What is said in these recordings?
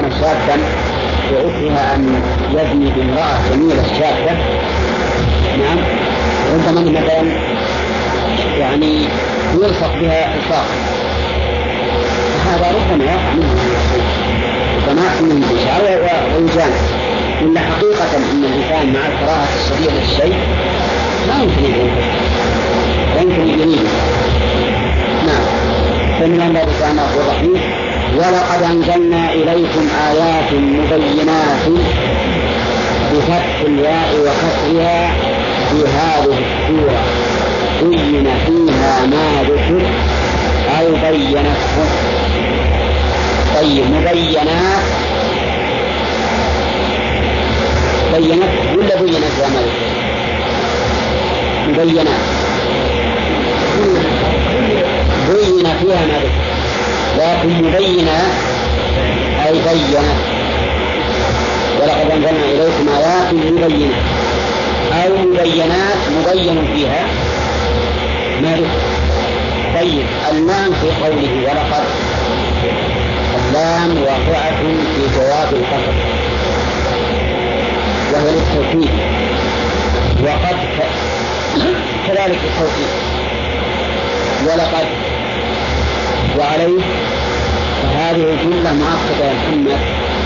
كان شابا وأكره أن يزني بامرأة جميلة شابة، نعم، ربما مثلا يعني يلصق بها الصاق، هذا ربما يقع منه وتناقض من الإشعار ويجان. إن حقيقة أن الإنسان مع الكراهة الشديدة للشيء لا يمكن يجريه. نعم. فمن الله سبحانه وتعالى: ولقد أنزلنا إليكم آيات مبينات بفتح الياء وكسرها في هذه السورة بين فيها ما ذكر أو بينته. طيب، مبينات بينت ولا بينت يا مالك؟ مبينات بين فيها ما ذكر، لكن مبينة أي بينت. ولقد أنزلنا إليكم آيات مبينة أو مبينات مبين فيها ما ذكر. طيب، اللام في قوله ولقد، اللام واقعة في جواب القسم وهو للتوكيد، وقد كذلك التوكيد. ولقد وعليه، فهذه الجملة معقدة يا محمد.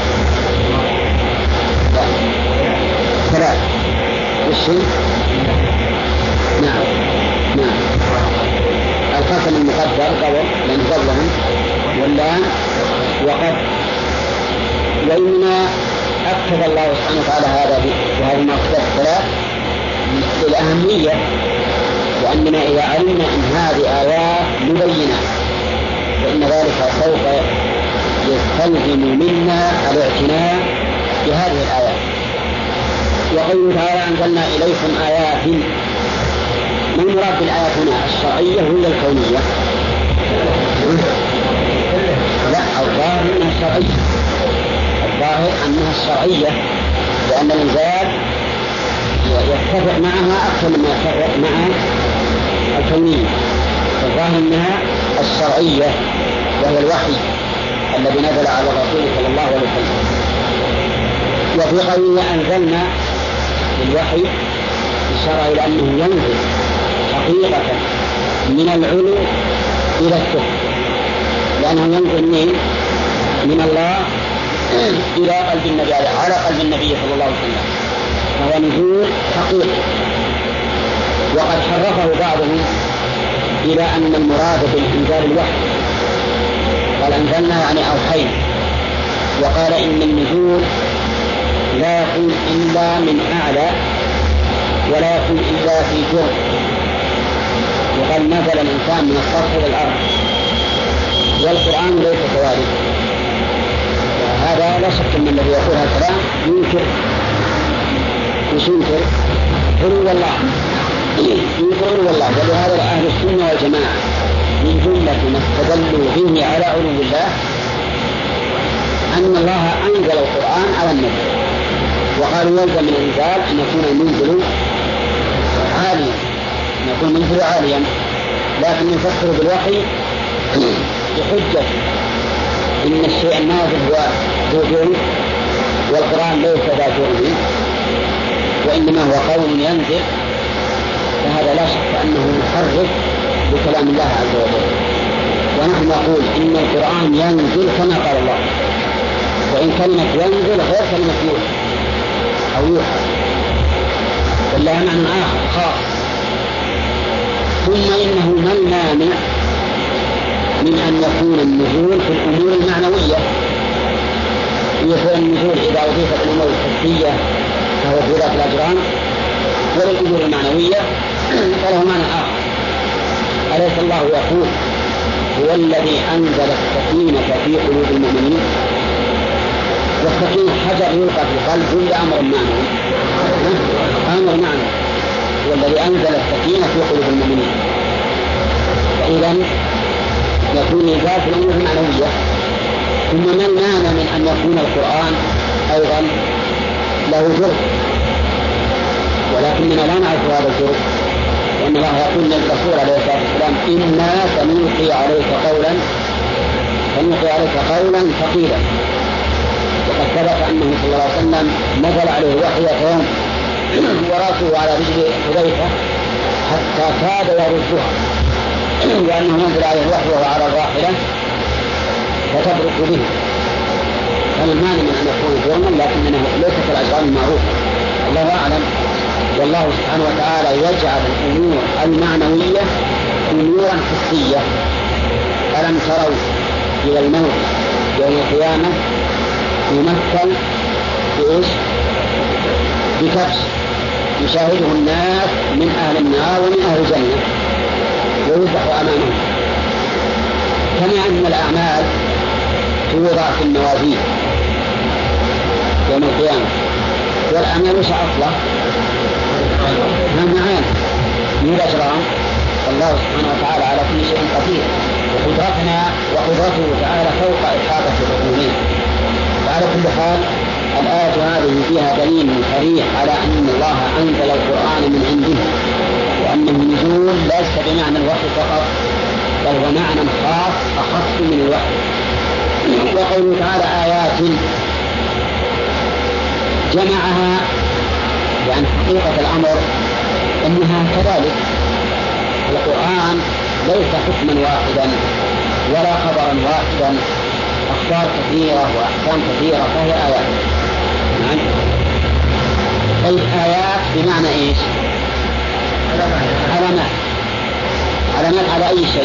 ثلاث والشيء. نعم نعم، القسم المقدر قبل لأن قبلهم واللام وقد. وإنما أكد الله سبحانه وتعالى هذا بهذه المعقدات الثلاث للأهمية، وأننا إذا علمنا أن هذه آيات مبينات فإن ذلك سوف يستلزم منا الاعتناء بهذه الآيات. وقوله تعالى: أنزلنا إليكم آيات، ما المراد بالآيات هنا؟ الشرعية ولا الكونية؟ لا، الظاهر أنها الشرعية، الظاهر أنها الشرعية، لأن الإنزال يتفق معها أكثر مما يتفق مع الكونية. الظاهر أنها الشرعية وهي الوحي الذي نزل على الرسول صلى الله عليه وسلم. وفي قوله أنزلنا الوحي إشارة إلى أنه ينزل حقيقة من العلو إلى السفل، لأنه ينزل من الله إلى قلب النبي، على قلب النبي صلى الله عليه وسلم، فهو نزول حقيقي. وقد حرفه بعضهم إلى أن المراد بالإنزال الوحي، قال أنزلنا يعني أوحينا، وقال إن النزول لا يكون إلا من أعلى ولا يكون إلا في جرم، وقال نزل الإنسان من السطح إلى الأرض، والقرآن ليس كذلك. هذا لا شك أن الذي يقول هذا الكلام ينكر علو الله، ينكر علو الله. ولهذا أهل السنة والجماعة من جملة ما استدلوا به على علو الله أن الله أنزل القرآن على النبي، وقالوا يلزم من الإنزال أن يكون المنزل عاليا، أن يكون المنزل عاليا، لكن يفسر بالوحي بحجة إن الشيء النازل هو ذو جرم، والقرآن ليس ذا جرم وإنما هو قول ينزل، فهذا لا شك أنه محرف بكلام الله عز وجل. ونحن نقول إن القرآن ينزل كما قال الله، وإن كلمة ينزل غير كلمة يوحى أو يوحى، بل لها معنى آخر خاص. ثم إنه ما المانع من أن يكون النزول في الأمور المعنوية، يكون النزول إذا أضيفت الأمور الحسية فهو في ذات الأجرام، وللأمور المعنوية فله معنى آخر. أليس الله يقول هو الذي أنزل السكينة في قلوب المؤمنين؟ والسكينة حجر يلقى في القلب كل أمر معنوي، أمر معنوي، هو الذي أنزل السكينة في قلوب المؤمنين. فإذا يكون إنزال في الأمور المعنوية. ثم ما المانع من أن يكون القرآن أيضا له جرم، ولكننا لا نعرف هذا الجرم، لأن الله يقول للرسول عليه الصلاة والسلام إنا سنلقي عليك قولا ثقيلا، ثبت أنه صلى الله عليه وسلم نزل عليه وحي يوم وراسه على رجل حذيفة حتى كاد يردها، لأنه نزل عليه الوحي وهو على الراحلة فتبرك به. هذا المعنى من أن يكون يوما، لكنه ليست الأشغال المعروفة، الله أعلم. والله سبحانه وتعالى يجعل الأمور المعنوية أمورا حسية. ألم تروا إلى الموت يوم القيامة يمثل بإيش؟ بكبش يشاهده الناس من أهل النار ومن أهل الجنة ويذبح أمامهم. كما أن الأعمال توضع في الموازين يوم القيامة، والأعمال وش أصله؟ معان من الأجرام. الله سبحانه وتعالى على كل شيء قدير، وقدرته تعالى فوق إحاطة العلوم. وعلى كل حال الآية هذه فيها دليل صريح على أن الله أنزل القرآن من عنده، وأن النزول ليس بمعنى الوحي فقط، بل هو معنى خاص أخص من الوحي. وقوله تعالى آيات جمعها، يعني حقيقة الأمر أنها كذلك. القرآن ليس حكما واحدا ولا خبرا واحدا، أخبار كثيرة وأحكام كثيرة، فهي آيات. طيب آيات بمعنى إيش؟ علامات على أي شيء؟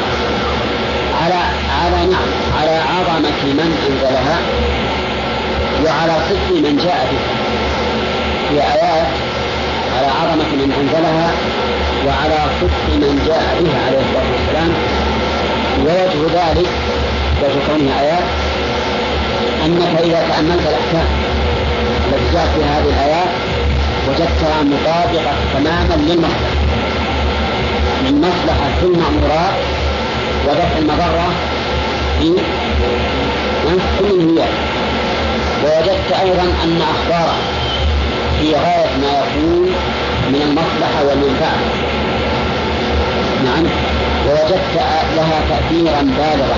على عظمة من أنزلها وعلى صدق من جاء بها. هي آيات على عظمة من أنزلها وعلى صدق من جاء بها عليه الصلاة والسلام. ووجه ذلك وجه كونها آيات أنك إذا تأملت الأحكام التي جاءت في هذه الآيات وجدتها مطابقة تماما للمصلحة، من مصلحة في المأمورات ودفع المضرة في المنهيات. ووجدت أيضا أن أخبارها في غاية ما يكون من المصلحة والمنفعة. نعم. ووجدت لها تأثيرا بالغا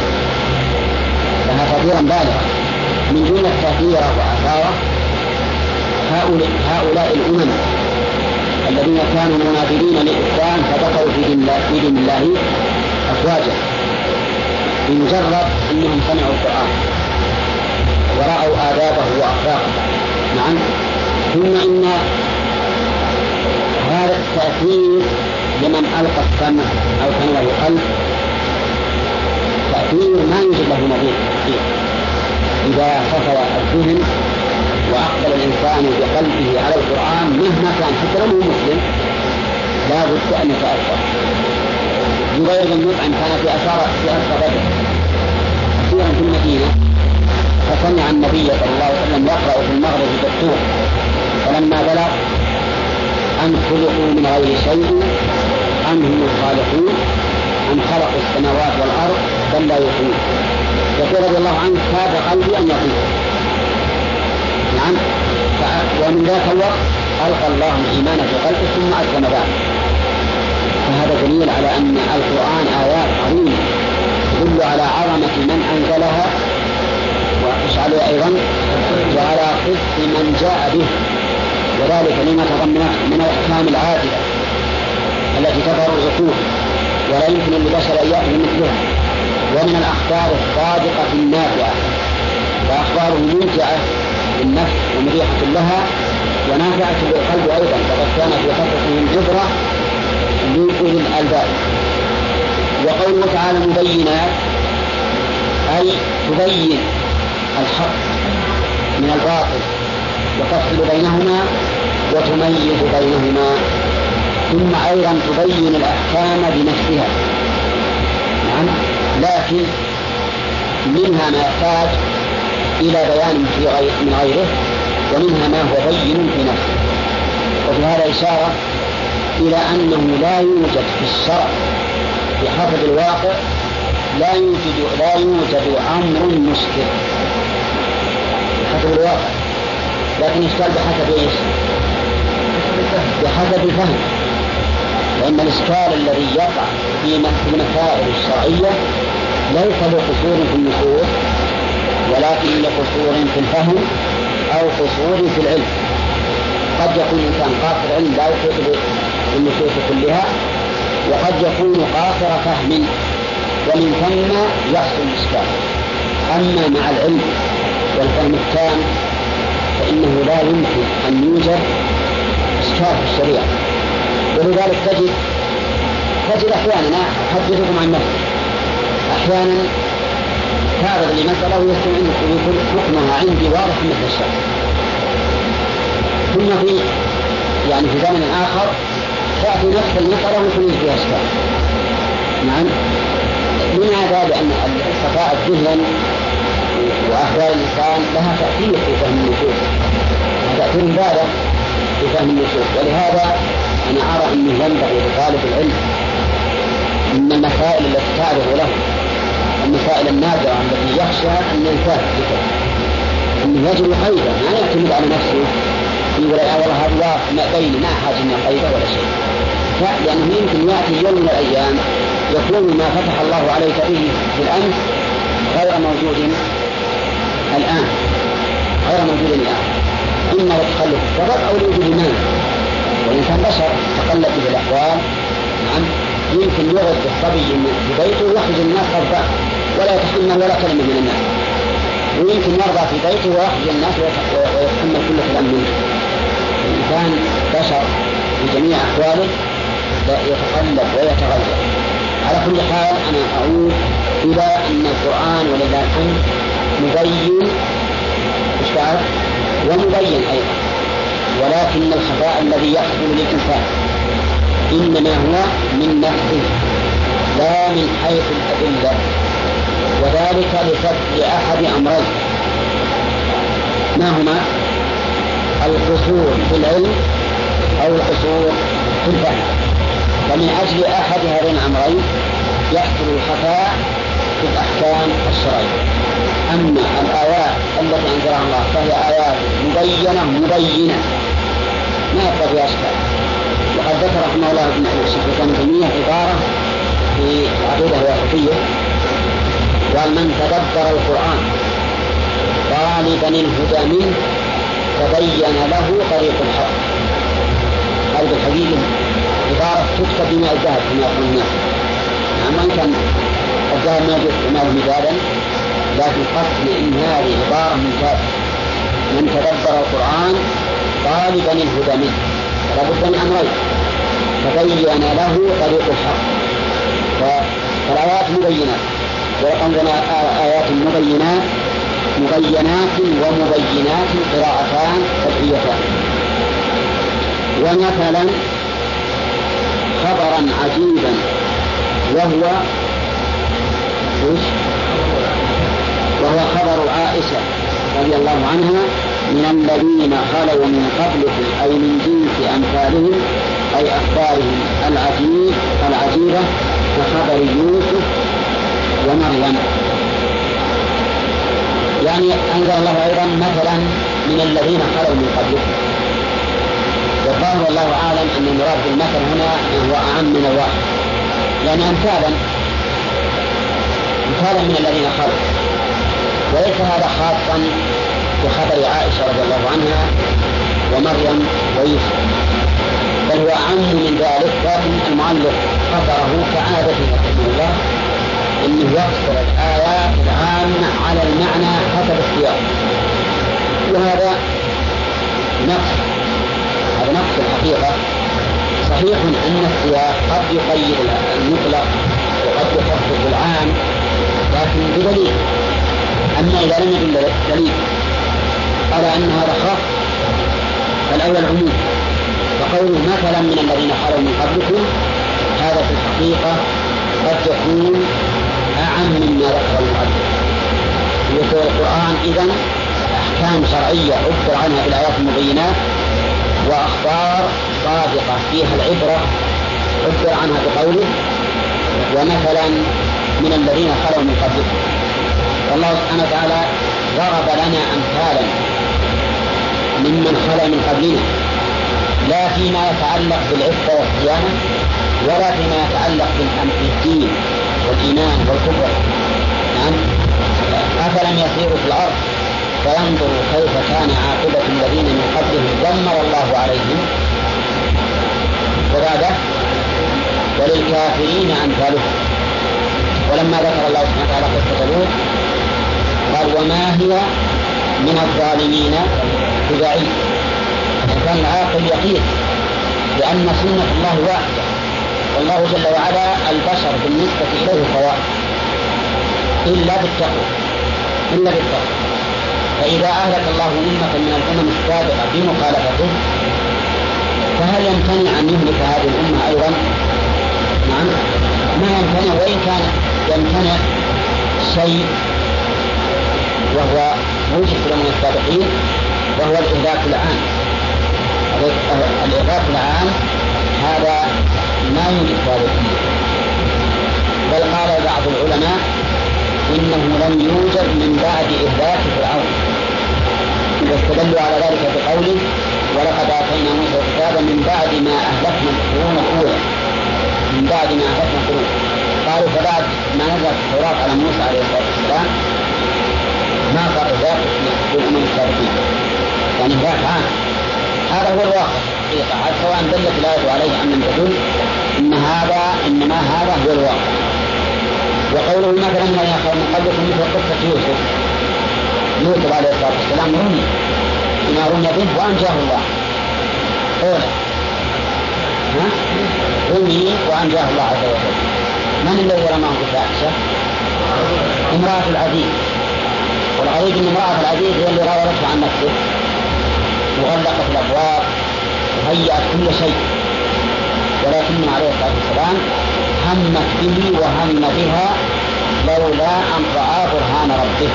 من جملة تأثيره وأثاره هؤلاء الأمم الذين كانوا منادلين للإسلام فدخلوا في دين الله أفواجا بمجرد أنهم سمعوا القرآن ورأوا آدابه وأخلاقه. نعم. ثم إن هذا التأثير لمن ألقى السمع أو كان له قلب تأثير ما يوجد له نظير فيه. إذا خفر الذهن وأقبل الإنسان بقلبه على القرآن مهما كان حتى لو مسلم لا بد أن يتأثر. جبير بن مطعم كان في أسرى بدر كثيرا في المدينة، فسمع النبي صلى الله عليه وسلم يقرأ في المغرب بالطور، فلما بلغ أن خلقوا من غير شيء أم هم الخالقون أم خلقوا السماوات والأرض بل لا يوقنون، يقول رضي الله عنه كاد قلبي أن يطير. نعم. ومن ذاك الوقت ألقى الله الإيمان في قلبه ثم أسلم بعد. فهذا دليل على أن القرآن آيات عظيمة تدل على عظمة من أنزلها وإشعاله أيضا وعلى صدق من جاء به، وذلك لما تضمنه من الأحكام العادلة التي تظهر العقول ولا يمكن للبشر أن يأتوا مثلها، ومن الأخبار الصادقة النافعة، وأخباره ممتعة للنفس ومريحة لها ونافعة للقلب أيضا، فقد كان في خطتهم جبرة لأولي الألباب. وقوله تعالى مبينات أي تبين الحق من الباطل وتفصل بينهما وتميز بينهما، ثم أيضا تبين الأحكام بنفسها. نعم. لكن منها ما يحتاج إلى بيان من غيره، ومنها ما هو بين في نفسه. وفي هذا إشارة إلى أنه لا يوجد في الشرع بحسب الواقع لا يوجد أمر مشكل بحسب الواقع، لكن يشكل بحسب إيش؟ بحسب الفهم. لأن الإشكال الذي يقع في المسائل الشرعية ليس له قصور في النصوص ولكن لقصور في الفهم أو قصور في العلم. قد يكون الإنسان قاصر علم لا يحيط بالنصوص كلها، وقد يكون قاصر فهم، ومن ثم يحصل الإشكال. أما مع العلم والفهم التام فإنه لا يمكن أن يوجد إشكال في الشريعة. ولذلك تجد أحيانا، أحدثكم عن نفسي، أحيانا تعرض لي مسألة ويقول حكمها عندي واضح مثل الشرع، ثم في زمن آخر تأتي نفس المسألة ويكون فيها إشكال. نعم، من هذا لأن صفاء الذهن وأحوال الإنسان لها تأثير في فهم النصوص، تأثير بالغ في فهم النصوص. ولهذا أنا أرى أنه ينبغي لطالب العلم من المسائل التي تعرض له، المسائل النادرة التي يخشى أن ينتهي بها، أنه يجب قيدا، ما يعتمد على نفسه يقول والله هذا ما بين ما حاجة من قيدا ولا شيء، لأنه يمكن يأتي يوم من الأيام يكون ما فتح الله عليك به في الأمس غير موجود الآن، إما لتخلف السبب أو لوجود المانع. والإنسان بشر تقلب به الأحوال. نعم، يمكن يغض الصبي في بيته ويخرج الناس خلفه ولا يتحمل ولا كلمة من الناس، ويمكن يرضى في بيته ويخرج الناس ويتحمل كل كلام منه. الإنسان بشر في جميع أحواله يتقلب ويتغير. على كل حال أنا أعود إلى أن القرآن ولله الحمد مبين ومبين أيضا، ولكن الخفاء الذي يحصل للإنسان إنما هو من نفسه لا من حيث الأدلة، وذلك لأحد أمرين، ما هما؟ القصور في العلم أو القصور في الفهم. ومن أجل أحد هذين الأمرين يحصل الخفاء في الأحكام الشرعية. أما الآيات التي أنزلها الله فهي آيات مبينة ما يبقى فيها أشكال. وقد ذكر رحمه الله الشيخ ابن تيمية عبارة في عقيدة الواسطية، قال من تدبر القرآن طالبا الهدى منه تبين له طريق الحق. هذه الحقيقة عبارة تكتب بماء الذهب كما يقول الناس. وإن كان الذهب ما يجوز مدادا، لكن قصد إن هذه عبارة ممتازة. من تدبر القرآن طالبا الهدى منه لابد من أمرين: تبين له طريق الحق. فالآيات مبينات، وعندنا آيات مبينات ومبينات قراءتان تبعيتان. ومثلا خبرا عجيبا وهو خبر عائشة رضي الله عنها من الذين خلوا من قبلكم أي من جنس أمثالهم أي أخبارهم العجيبة كخبر يوسف ومريم. يعني أنزل الله أيضا مثلا من الذين خلوا من قبلكم. والله والله أعلم أن المراد بالمثل هنا هو أعم من الواحد، يعني أمثالا من الذين خلوا، وليس هذا خاصا بخبر عائشة رضي الله عنها ومريم ويوسف، بل هو أعم من ذلك. لكن المؤلف قصره كعادته رحمه الله أنه يقصر الآيات العامة على المعنى حسب السياق، وهذا نقص الحقيقة. صحيح أن السياق قد يقيد المطلق وقد يخصص العام، لكن بدليل. أما إذا لم يكن دليل على أن هذا خاص فالأول عموم. فقوله مثلا من الذين خلوا من قبلكم هذا في الحقيقة قد يكون أعم مما ذكر المؤلف. وفي القرآن إذن أحكام شرعية عبر عنها بالآيات المبينات، وأخبار صادقة فيها العبرة عبر عنها بقوله ومثلا من الذين خلوا من قبلكم. والله سبحانه وتعالى ضرب لنا أمثالا ممن خلا من قبلنا، لا فيما يتعلق بالعفة والصيانة ولا فيما يتعلق بالدين والإيمان والكفر. نعم، أفلم يسيروا في الأرض فينظروا كيف كان عاقبة الذين من قبلهم دمر الله عليهم وبعده وللكافرين أمثالهم. ولما ذكر الله سبحانه وتعالى قصة لوط قال وما هي من الظالمين ببعيد. كان العاقل يقين لأن سنة الله واحدة، والله جل وعلا البشر بالنسبة إليه سواء إلا بالتقوى. فإذا أهلك الله أمة من الأمم السابقة بمخالفته فهل يمتنع أن يهلك هذه الأمة أيضا؟ نعم ما يمتنع، وإن كان يمتنع شيء وهو موجب في الأمم السابقين وهو الإهلاك العام. الإهلاك العام هذا ما يوجد ذلك، بل قال بعض العلماء إنه لم يوجد من بعد إهلاك فرعون، واستدلوا على ذلك بقوله ولقد آتينا موسى الكتاب من بعد ما أهلكنا القرون الأولى. قالوا فبعد ما نزل التوراة على موسى عليه الصلاة والسلام ما صار ذلك في الأمم السابقين، يعني إهلاك عام. هذا هو الواقع حقيقة، سواء دلت الآية عليه أم لم تدل، إنما هذا هو الواقع. وقوله مثلا ما يخاف من قبلكم مثل قصة يوسف عليه الصلاة والسلام رمي بما رمي به وأنجاه الله. رمي وأنجاه الله عز وجل. من الذي رماه بالفاحشة؟ امرأة العزيز. والغريب أن امرأة العزيز هي اللي راودته عن نفسه وغلقت الأبواب وهيأت كل شيء، ولكنه عليه الصلاة والسلام همت به وهم بها لولا أن رأى برهان ربه.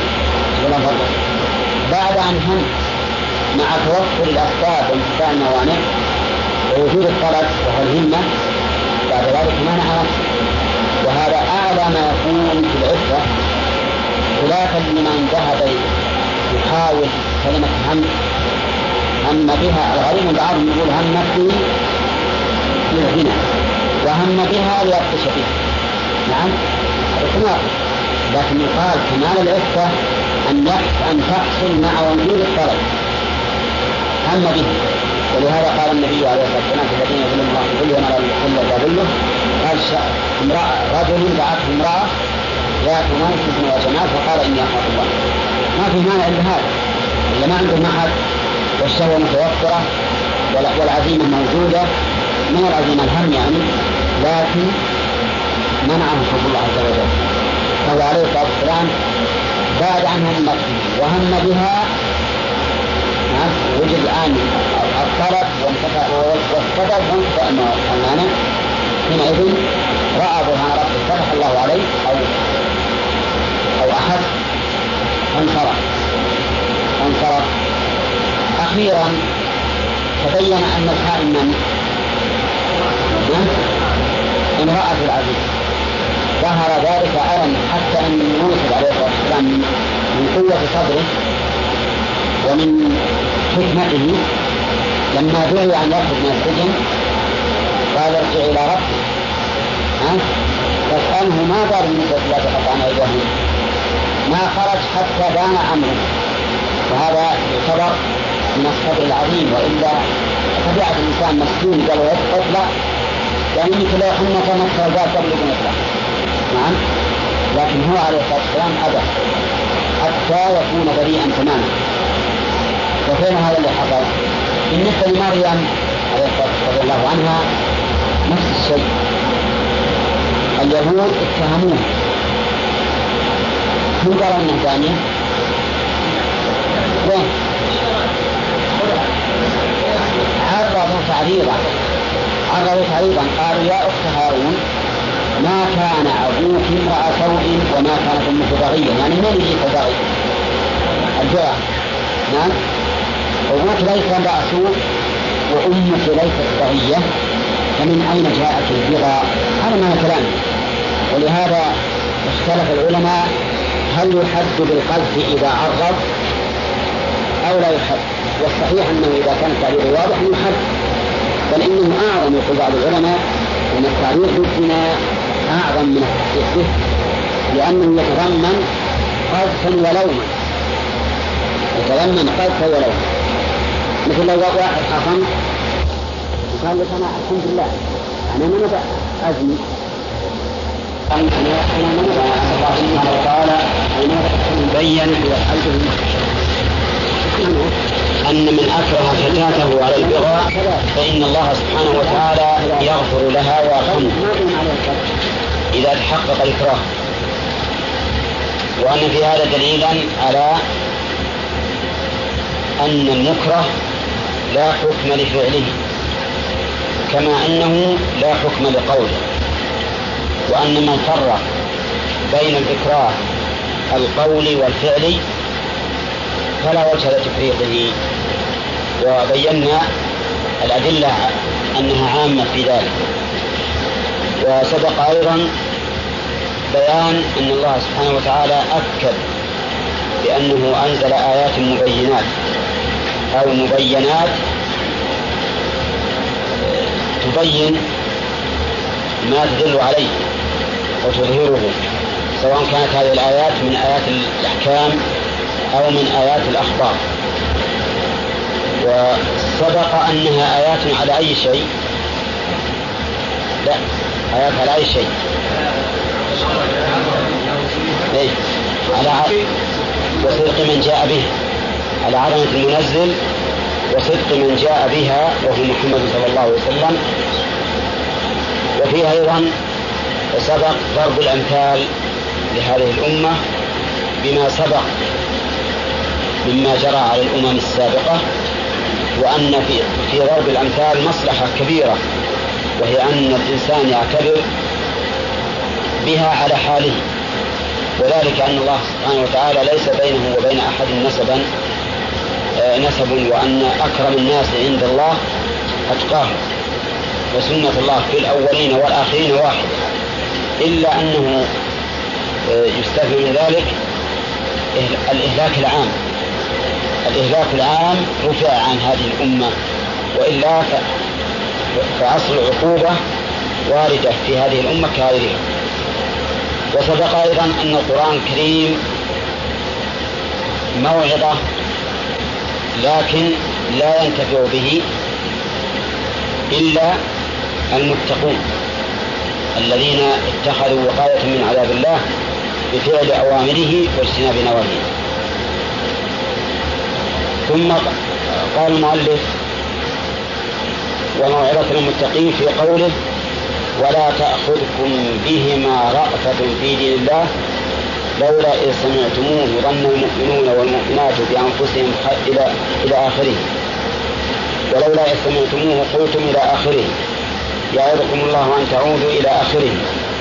بعد أن هم مع توفر الأسباب وانتفاء الموانع ووجود الطلب وهو الهمة، بعد ذلك منع نفسه. وهذا أعلى ما يكون في العفة، خلافا لمن ذهب يحاول كلمة هم بها. الغريب بعضهم يقول همت به للغنى وهم بها ليبطش به. نعم لكن يقال كمال العفة أن تحصل مع وجود الطلب. هم به، ولهذا قال النبي عليه الصلاة والسلام في الذين يظلم الله في ظله وما لا يظل ظله قال رجل دعته امرأة ذات منصب وجمال فقال إني أخاف الله. ما في مانع إلا هذا، إلا ما عنده معهد والشهوة متوفرة والعزيمة موجودة، من العزيمة الهم يعني، لكن منعه حب الله عز وجل. فهو عليه الصلاة والسلام بعد عن همته وهم بها وجد الآن الطلب والسبب وانتفى المانع، حينئذ رأى برهان ربه فتح الله عليه أو أحد فانصرف. أخيرا تبين أن الخائن من امرأة العزيز. ظهر ذلك ألم حتى أن يوسف عليه الصلاة والسلام من قوة صدره ومن حكمته لما دعي أن يخرج من السجن قال ارجع إلى ربك فاسأله ما دار النسوة التي قطعن أيديهن. ما خرج حتى بان أمره، وهذا يعتبر من الصبر العظيم. وإلا طبيعة الإنسان مسكين قال يطلع يعني مثل لو حنك نفسه قال قبل أن يطلع. نعم، لكن هو عليه الصلاة والسلام أبى حتى يكون بريئا تماما. وفين هذا اللي حصل؟ بالنسبة لمريم عليه الصلاة رضي الله عنها نفس الشيء. اليهود اتهموه، هم قالوا أنه زانية. عرضوا تعريضا قالوا يا أخت هارون ما كان أبوك امرأ سوء وما كانت أمك بغيا، يعني من يجيك بغي الدعاء. نعم، أبوك ليس امرأ سوء وأمك ليست بغية، فمن أين جاءت البغى؟ هذا ما كلام. ولهذا اختلف العلماء هل يحد بالقذف إذا عرض أو لا يحد. والصحيح أنه إذا كان التعبير واضح يحد، بل إنه أعظم. يقول بعض العلماء أن التعبير بالزنا أعظم من التحقيق به، لأنه يتضمن قذفا ولوما، يتضمن قذفا ولوما. مثل لو واحد حصن وقال لك أنا الحمد لله أنا ما نبغى أزني، أنا ما نبغى الله سبحانه وتعالى بين أن من أكره فتاته على البغاء فإن الله سبحانه وتعالى يغفر لها ويرحمها إذا تحقق الإكراه، وأن في هذا دليلا على أن المكره لا حكم لفعله كما أنه لا حكم لقوله، وأن من فرق بين الإكراه القولي والفعلي فلا وجه لتفريقه، وبينا الأدلة أنها عامة في ذلك. وسبق أيضا بيان أن الله سبحانه وتعالى أكد بأنه أنزل آيات مبينات أو مبينات تبين ما تدل عليه وتظهره، سواء كانت هذه الآيات من آيات الأحكام أو من آيات الأخبار. وسبق أنها آيات على أي شيء؟ لا، آيات على أي شيء؟ إيه؟ على وصدق من جاء به، على عظمة المنزل وصدق من جاء بها وهو محمد صلى الله عليه وسلم. وفيها أيضا سبق ضرب الأمثال لهذه الأمة بما سبق مما جرى على الأمم السابقة، وأن في ضرب الأمثال مصلحة كبيرة، وهي أن الإنسان يعتبر بها على حاله، وذلك أن الله سبحانه وتعالى ليس بينه وبين أحد نسب، وأن أكرم الناس عند الله أتقاهم، وسنة الله في الأولين والآخرين واحد، إلا أنه يستثنى من ذلك الإهلاك العام. الإهلاك العام رفع عن هذه الأمة، وإلا فأصل العقوبة واردة في هذه الأمة كغيرها. وسبق أيضا أن القرآن الكريم موعظة، لكن لا ينتفع به إلا المتقون الذين اتخذوا وقاية من عذاب الله بفعل أوامره واجتناب نواهيه. ثم قال المؤلف وموعظة للمتقين في قوله ولا تأخذكم بهما رأفة في دين الله لولا إذ سمعتموه ظن المؤمنون والمؤمنات بأنفسهم إلى آخره، ولولا إذ سمعتموه قلتم إلى آخره، يعظكم الله أن تعودوا إلى آخره.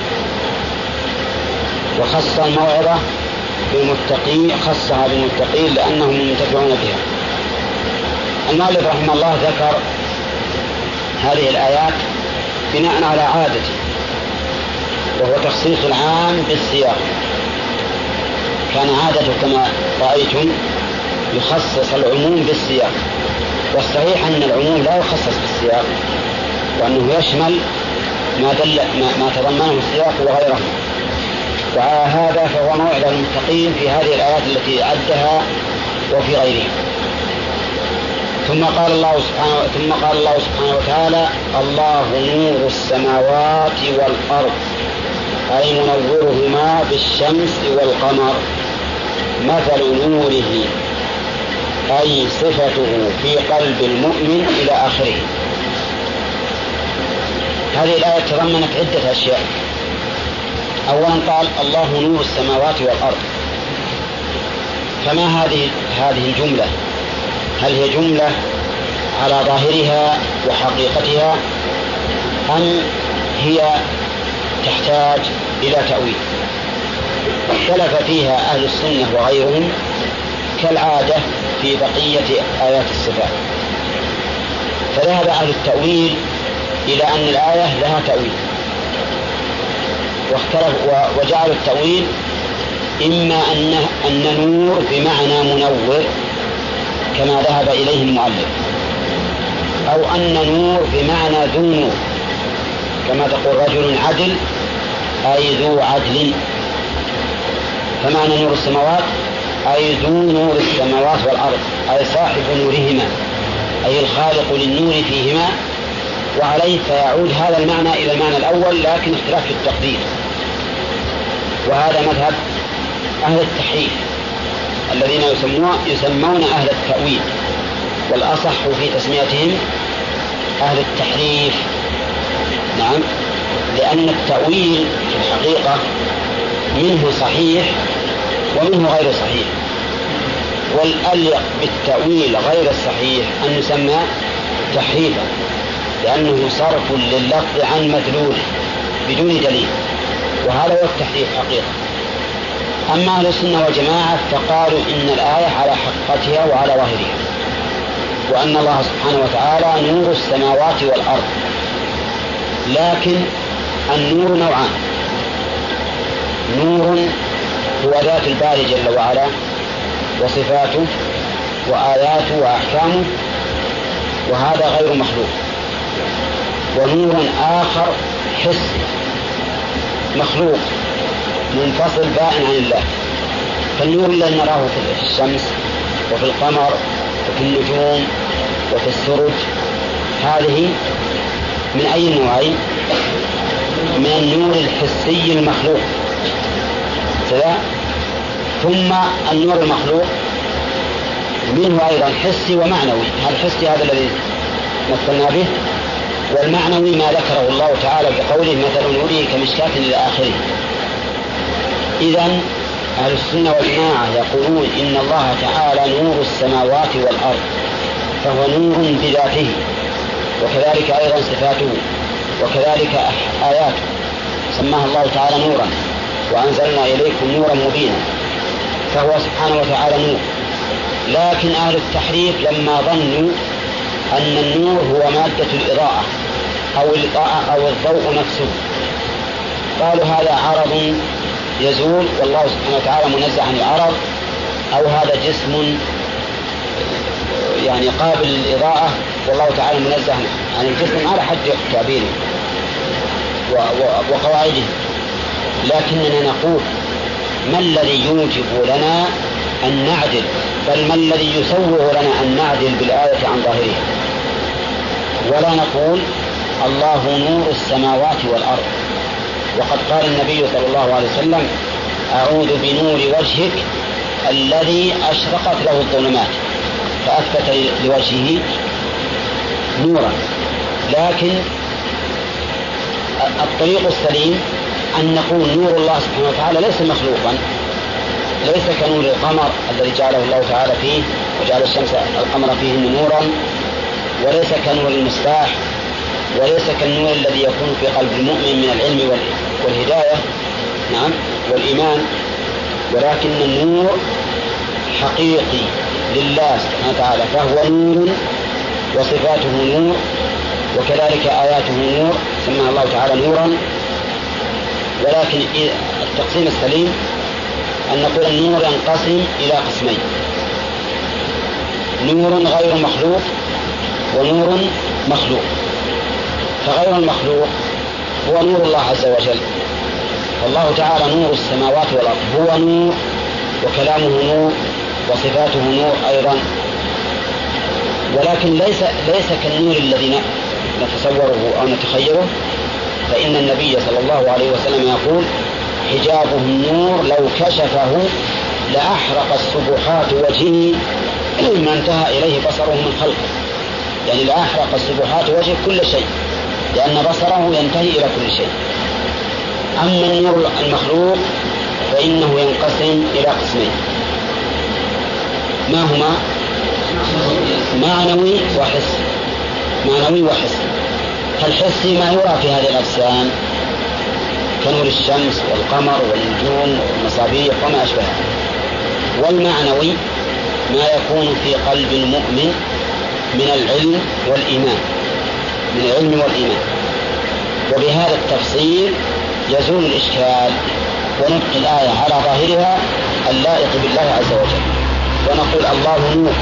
وخص الموعظة بالمتقين، خصها بالمتقين لأنهم منتفعون بها. المؤلف رحمه الله ذكر هذه الآيات بناء على عادته، وهو تخصيص العام بالسياق. كان عادته كما رأيتم يخصص العموم بالسياق، والصحيح أن العموم لا يخصص بالسياق، وأنه يشمل ما تضمنه السياق وغيره. وهذا فهو موعظة للمتقين في هذه الآيات التي عدها وفي غيرها. ثم قال الله سبحانه وتعالى الله نور السماوات والأرض أي منورهما بالشمس والقمر، مثل نوره أي صفته في قلب المؤمن إلى آخره. هذه الآية تضمنت عدة أشياء. أولا قال الله نور السماوات والأرض، فما هذه الجملة؟ هل هي جملة على ظاهرها وحقيقتها، أم هي تحتاج إلى تأويل؟ اختلف فيها أهل السنة وغيرهم كالعادة في بقية آيات الصفات. فذهب أهل التأويل إلى أن الآية لها تأويل، وجعلوا التأويل إما أن نور بمعنى منور كما ذهب إليه المؤلف، أو أن نور بمعنى ذو نور كما تقول رجل عدل أي ذو عدل، فمعنى نور السماوات أي ذو نور السماوات والأرض، أي صاحب نورهما، أي الخالق للنور فيهما، وعليه فيعود هذا المعنى إلى المعنى الأول، لكن اختلاف في التقدير. وهذا مذهب أهل التحريف الذين يسمون أهل التأويل، والأصح في تسميتهم أهل التحريف. نعم، لأن التأويل في الحقيقة منه صحيح ومنه غير صحيح، والأليق بالتأويل غير الصحيح أن يسمى تحريفا، لأنه صرف لللفظ عن مدلوله بدون دليل، وهذا هو التحريف حقيقة. أما أهل السنة والجماعة فقالوا إن الآية على حقيقتها وعلى ظاهرها، وأن الله سبحانه وتعالى نور السماوات والأرض، لكن النور نوعان: نور هو ذات الباري جل وعلا وصفاته وآياته وأحكامه، وهذا غير مخلوق، ونور آخر حسي مخلوق منفصل بائن عن الله، فالنور الذي نراه في الشمس وفي القمر وفي النجوم وفي السرج هذه من أي نوعين؟ من النور الحسي المخلوق، ثم النور المخلوق منه أيضا حسي ومعنوي. الحسي هذا الذي مثلنا به، والمعنوي ما ذكره الله تعالى بقوله مثل نوره كمشكاة إلى آخره. إذن أهل السنة والجماعة يقولون إن الله تعالى نور السماوات والأرض، فهو نور بذاته، وكذلك أيضا صفاته، وكذلك آياته، سماها الله تعالى نورا وأنزلنا إليكم نورا مبينا، فهو سبحانه وتعالى نور. لكن أهل التحريف لما ظنوا أن النور هو مادة الإضاءة أو الضوء نفسه، قالوا هذا عرض يزول والله سبحانه وتعالى منزه عن العرض، أو هذا جسم يعني قابل للإضاءة والله تعالى منزه عن الجسم، على حد تعبيره وقواعده. لكننا نقول ما الذي يوجب لنا أن نعدل، بل ما الذي يسوغ لنا أن نعدل بالآية عن ظاهرها؟ ولا نقول الله نور السماوات والأرض، وقد قال النبي صلى الله عليه وسلم أعوذ بنور وجهك الذي أشرقت له الظلمات، فأثبت لوجهه نورا. لكن الطريق السليم أن نقول نور الله سبحانه وتعالى ليس مخلوقا، ليس كنور القمر الذي جعله الله تعالى فيه وجعل الشمس القمر فيه نورا، وليس كنور المصباح، وليس كالنور الذي يكون في قلب المؤمن من العلم والهداية نعم والإيمان، ولكن النور حقيقي لله سبحانه وتعالى، فهو نور وصفاته نور، وكذلك آياته نور سماها الله تعالى نورا. ولكن التقسيم السليم أن نقول النور ينقسم إلى قسمين: نور غير مخلوق ونور مخلوق. فغير المخلوق هو نور الله عز وجل، والله تعالى نور السماوات والأرض، هو نور وكلامه نور وصفاته نور أيضا، ولكن ليس كالنور الذي نتصوره أو نتخيله، فإن النبي صلى الله عليه وسلم يقول حجابه النور لو كشفه لأحرق السبحات وجهه ما انتهى إليه بصره من خلقه، يعني لأحرق السبحات وجه كل شيء، لأن بصره ينتهي إلى كل شيء. أما النور المخلوق فإنه ينقسم إلى قسمين: ما هما؟ معنوي وحسي. معنوي وحسي. فالحسي ما يرى في هذه الأجسام كنور الشمس والقمر والنجوم والمصابيح وما أشبهها. والمعنوي ما يكون في قلب المؤمن من العلم والإيمان، من العلم والإيمان. وبهذا التفصيل يزول الإشكال ونبقي الآية على ظاهرها اللائق بالله عز وجل، ونقول الله نور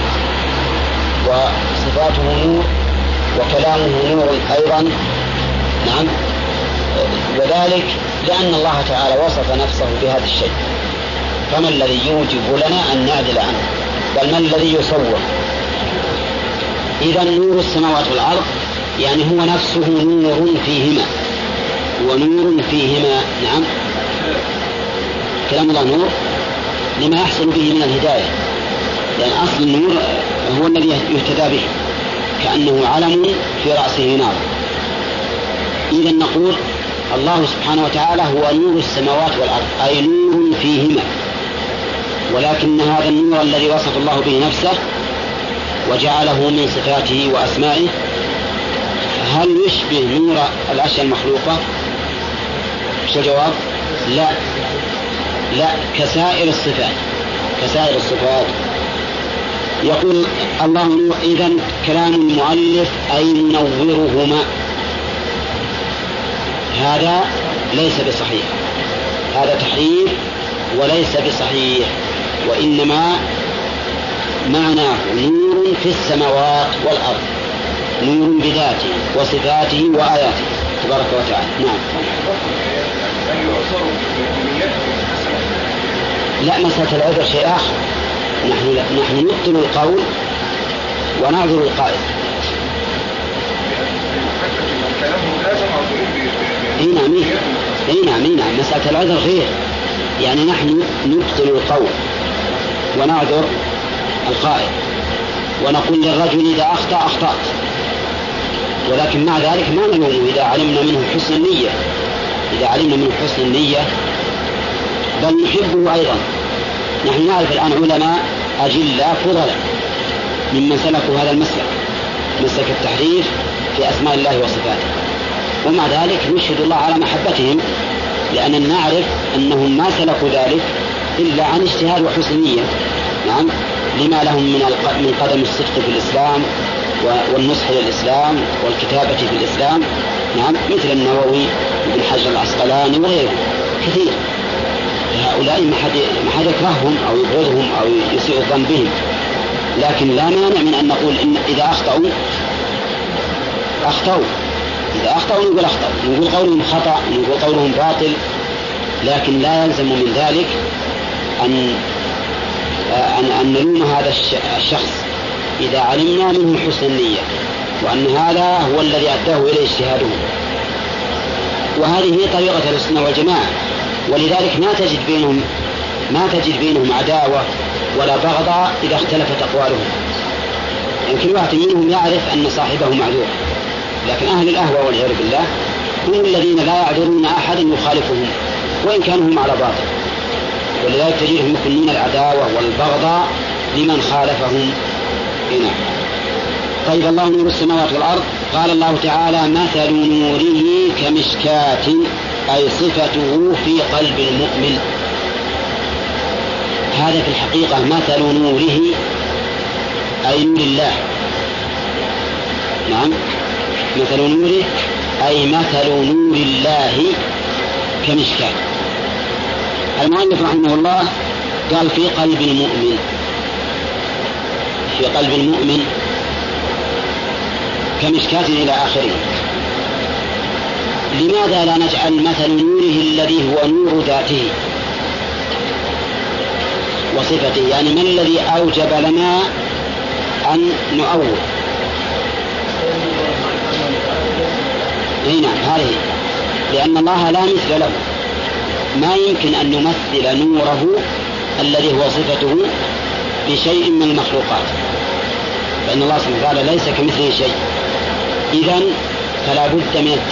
وصفاته نور وكلامه نور أيضا. نعم، وذلك لأن الله تعالى وصف نفسه بهذا الشيء، فما الذي يوجب لنا أن نعدل عنه؟ بل ما الذي يصور؟ إذا نور السماوات والأرض يعني هو نفسه نور فيهما، ونور فيهما. نعم، كلام الله نور لما يحصل به من الهداية، لأن أصل النور هو الذي يهتدى به، كأنه علم في رأسه نار. إذا نقول الله سبحانه وتعالى هو نور السماوات والأرض، أي نور فيهما، ولكن هذا النور الذي وصف الله به نفسه وجعله من صفاته وأسمائه هل يشبه نور الأشياء المخلوقة؟ ايش الجواب؟ لا، كسائر الصفات. يقول الله نور. إذن كلام المؤلف أي منورهما، هذا ليس بصحيح، هذا تحريف وليس بصحيح، وإنما معناه نور في السماوات والأرض، نور بذاته وصفاته وآياته تبارك وتعالى. نعم. لا، مسألة العذر شيء آخر. نحن نبطل القول ونعذر القائل. نعم، مسألة العذر غير، يعني نحن نبطل القول ونعذر القائل، ونقول للرجل إذا أخطأت، ولكن مع ذلك ما نلومه إذا علمنا منه حسن النية، بل نحبه أيضا. نحن نعرف الآن علماء أجلاء فضلا ممن سلكوا هذا مسلك التحريف في أسماء الله وصفاته، ومع ذلك نشهد الله على محبتهم، لأننا نعرف أنهم ما سلكوا ذلك إلا عن اجتهاد وحسن نية. نعم، لما لهم من قدم الصدق في الإسلام والنصح للإسلام والكتابة في الإسلام. نعم، مثل النووي وابن حجر العسقلاني وغيرهم كثير. هؤلاء ما حد يكرههم أو يبغضهم أو يسيء الظن بهم، لكن لا مانع من أن نقول إن إذا أخطأوا نقول أخطأوا، نقول قولهم خطأ، نقول قولهم باطل، لكن لا يلزم من ذلك أن نلوم هذا الشخص إذا علمنا منه حسن النية، وأن هذا هو الذي أداه إليه اجتهاده. وهذه هي طريقة السنة والجماعة، ولذلك ما تجد بينهم عداوة ولا بغضاء إذا اختلفت أقوالهم. يمكن واحد منهم يعرف أن صاحبه معذور، لكن أهل الأهوى والعياذ بالله هم الذين لا يعذرون أحد يخالفهم وإن كانوا هم على باطل، ولذلك تجدهم يكونون العداوة والبغضاء لمن خالفهم. هنا طيب، الله نور السماوات والأرض. قال الله تعالى مثل نوره كمشكاة، أي صفته في قلب المؤمن. هذا في الحقيقة مثل نوره أي نور الله. نعم، مثل نوره أي مثل نور الله كمشكاة. المؤلف رحمه الله قال في قلب المؤمن كمشكاة إلى آخره. لماذا لا نجعل مثل نوره الذي هو نور ذاته وصفته؟ يعني ما الذي أوجب لنا أن نؤول؟ نعم، هذه لأن الله لا مثل له، ما يمكن أن نمثل نوره الذي هو صفته بشيء من المخلوقات، فإن الله سبحانه وتعالى ليس كمثله شيء. إذن فلا بد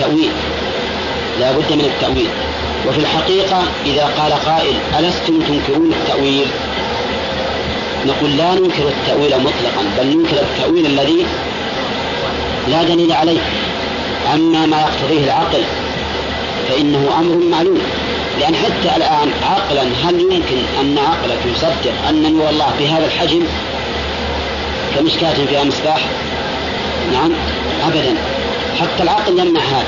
من التأويل. وفي الحقيقة إذا قال قائل ألستم تنكرون التأويل؟ نقول لا ننكر التأويل مطلقا، بل ننكر التأويل الذي لا دليل عليه. أما ما يقتضيه العقل فإنه أمر معلوم، لأن حتى الآن عقلا هل يمكن أن عقلك يصدق أن نور الله بهذا الحجم كمشكاة فيها مصباح؟ نعم، أبدا. حتى العقل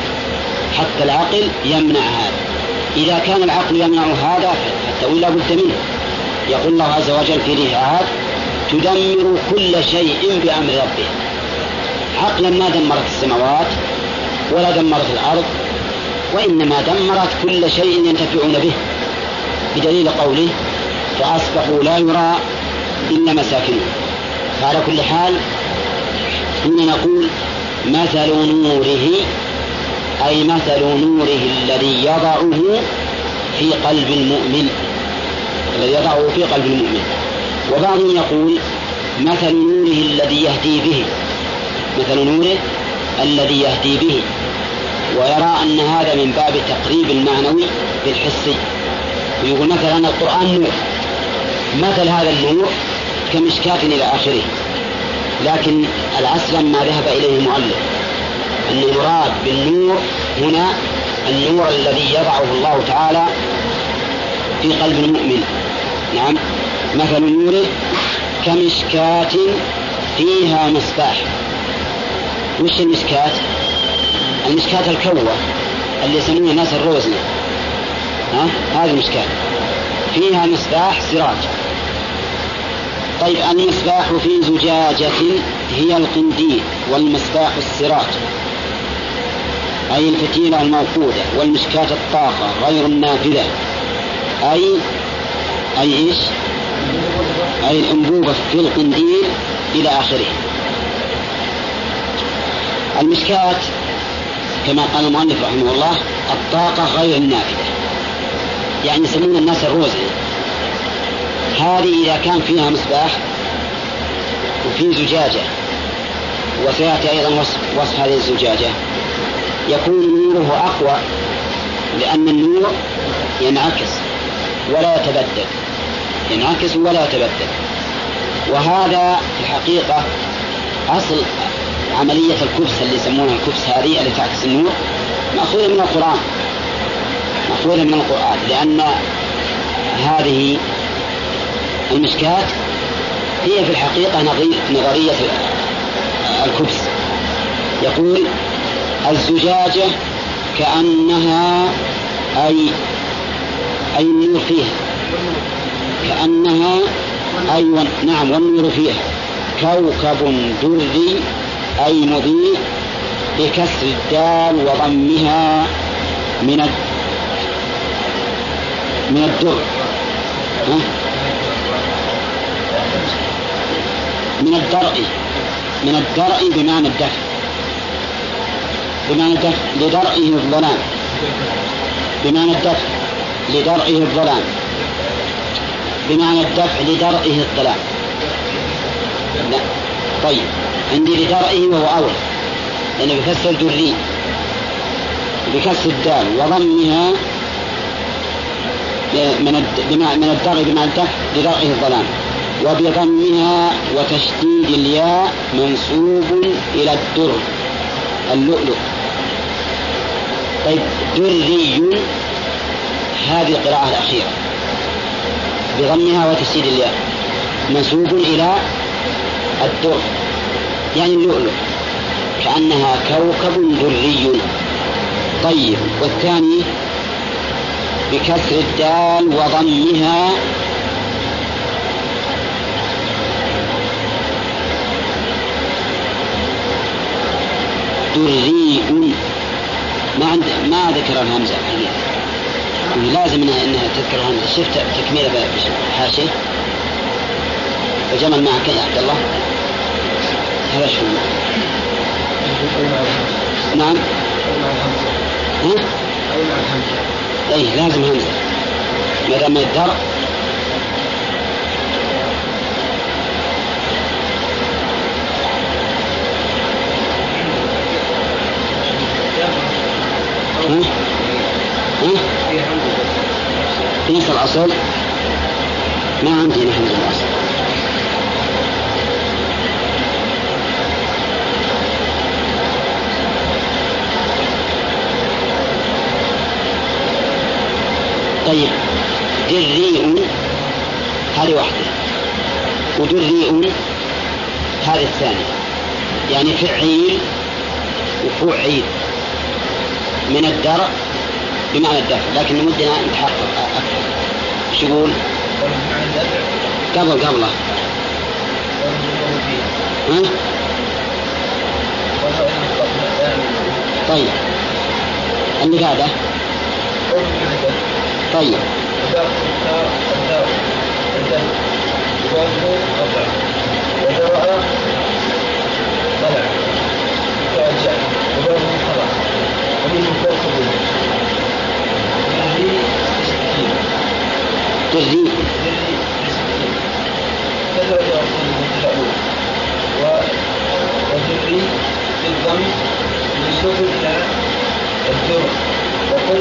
يمنع هذا. إذا كان العقل يمنع هذا فالتأويل لا بد منه. يقول الله عز وجل في ريحات تدمر كل شيء بأمر ربه. عقلا ما دمرت السماوات ولا دمرت الأرض، وإنما دمرت كل شيء ينتفعون به، بدليل قوله فأصبحوا لا يرى إلا مساكنهم. فعلى كل حال هنا نقول مثل نوره أي مثل نوره الذي يضعه في قلب المؤمن، الذي يضعه في قلب المؤمن. وبعضهم يقول مثل نوره الذي يهدي به، مثل نوره الذي يهدي به، ويرى أن هذا من باب تقريب المعنوي بالحسي. ويقول مثلا القرآن نور، مثل هذا النور كمشكاة إلى آخره. لكن الأسلم ما ذهب إليه المؤلف أن المراد بالنور هنا النور الذي يضعه الله تعالى في قلب المؤمن. نعم، مثل نوره كمشكاة فيها مصباح. وش المشكاة؟ المشكاة الكوة اللي يسمونها الناس الروزنة، هذه المشكاة فيها مصباح سراج. طيب المصباح في زجاجة هي القنديل، والمصباح السراج أي الفتيلة الموقودة، والمشكاة الطاقة غير النافذة أي إيش؟ أي الأنبوبة في القنديل إلى آخره. المشكاة كما قال المؤلف رحمه الله الطاقة غير النافذة، يعني يسمون الناس الروزنة. هذه إذا كان فيها مصباح وفي زجاجة، وسيأتي أيضا وصف هذه الزجاجة، يكون نوره أقوى، لأن النور ينعكس ولا يتبدل، ينعكس ولا يتبدل. وهذا في الحقيقة أصل عملية الكبس اللي يسمونها الكبس، هذه اللي تعكس النور، مأخوذة من القرآن، مأخوذة من القرآن، لأن هذه المشكاة هي في الحقيقة نظرية الكبس. يقول الزجاجة كأنها أي النور فيها، كأنها نعم والنور فيها كوكب دري أي مضيء بكسر الدال وضمها من الدر، من الدرء بمعنى الدفع، بمعنى الدفع لدرئه الظلام، بمعنى الدفع لدرئه الظلام، بمعنى الدفع لدرئه الظلام. لا طيب عندي لدرئه وهو أول، لأنه بكسر دري بكسر الدال وضمها من الدرء بمعنى الدفع لدرئه الظلام، وبضمها وتشديد الياء منسوب إلى الدر اللؤلؤ. طيب دري هذه القراءة الأخيرة بضمها وتشديد الياء منسوب إلى الدر يعني اللؤلؤ، كأنها كوكب دري. طيب والثاني بكسر الدال وضمها دري، ما ذكر الهمزة، لازم انها تذكر الهمزة. شفت تكميله بالحاشية وجمل معك يا عبد الله هذا شو؟ نعم اي لازم همزة ما دام الدر. في نفس الأصل ما عندي نحن الأصل. طيب دريء هذه واحدة، ودريء هذه الثانية، يعني فعيل وفعيل من الدرء بمعنى الدفع، لكن ودنا نتحقق أكثر. شو يقول؟ قبله طيب اللي هذا طيب تجزي وجري بالضم منسوب إلى الدر وقل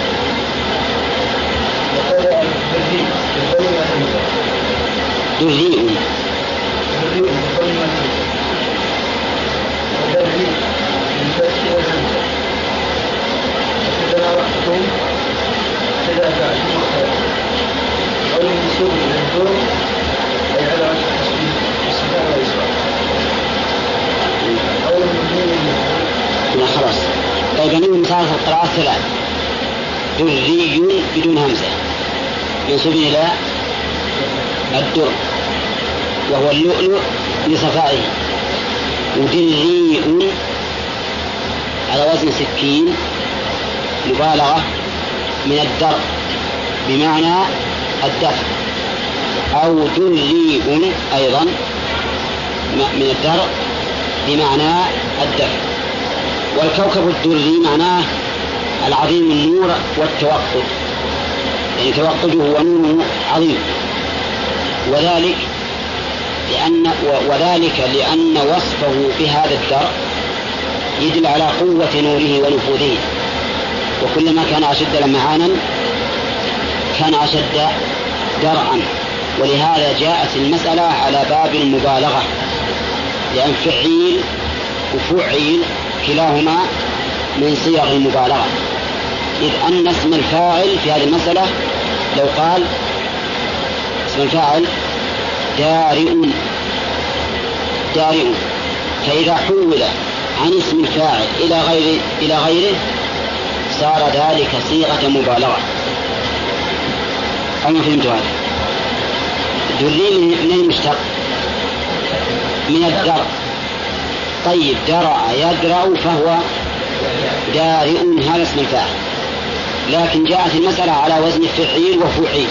الجري بالضم والهمزة تجزي بالضم والهمزة وجري بالفتح والهمزة وكذا رأيتم كذا فعلتم وخير أو منسوب إلى الدر أي على التسبيح الصفاء والإسراء لا خلاص. طيب يعني مثال في القراءة ثلاث: دري بدون همزة منسوب إلى الدر وهو اللؤلؤ لصفائه، ودري على وزن سكين مبالغة من الدر بمعنى الدفع، أو دري أيضا من الدر بمعنى الدفع. والكوكب الدري معناه العظيم النور والتوقد، يعني توقده ونوره عظيم، وذلك لأن وصفه بهذا الدرء يدل على قوة نوره ونفوذه، وكلما كان أشد لمعانا كان أشد درءا، ولهذا جاءت المسألة على باب المبالغة، لأن فعيل وفعيل كلاهما من صيغ المبالغة، إذ أن اسم الفاعل في هذه المسألة لو قال اسم الفاعل دارئ، فإذا حول عن اسم الفاعل إلى غيره صار ذلك صيغة مبالغة. أما فهمت هذا؟ دري من المشتق من الدرء. طيب درع يدرع فهو دارئ، هذا اسم الفاعل، لكن جاءت المسألة على وزن فعيل وفعيل.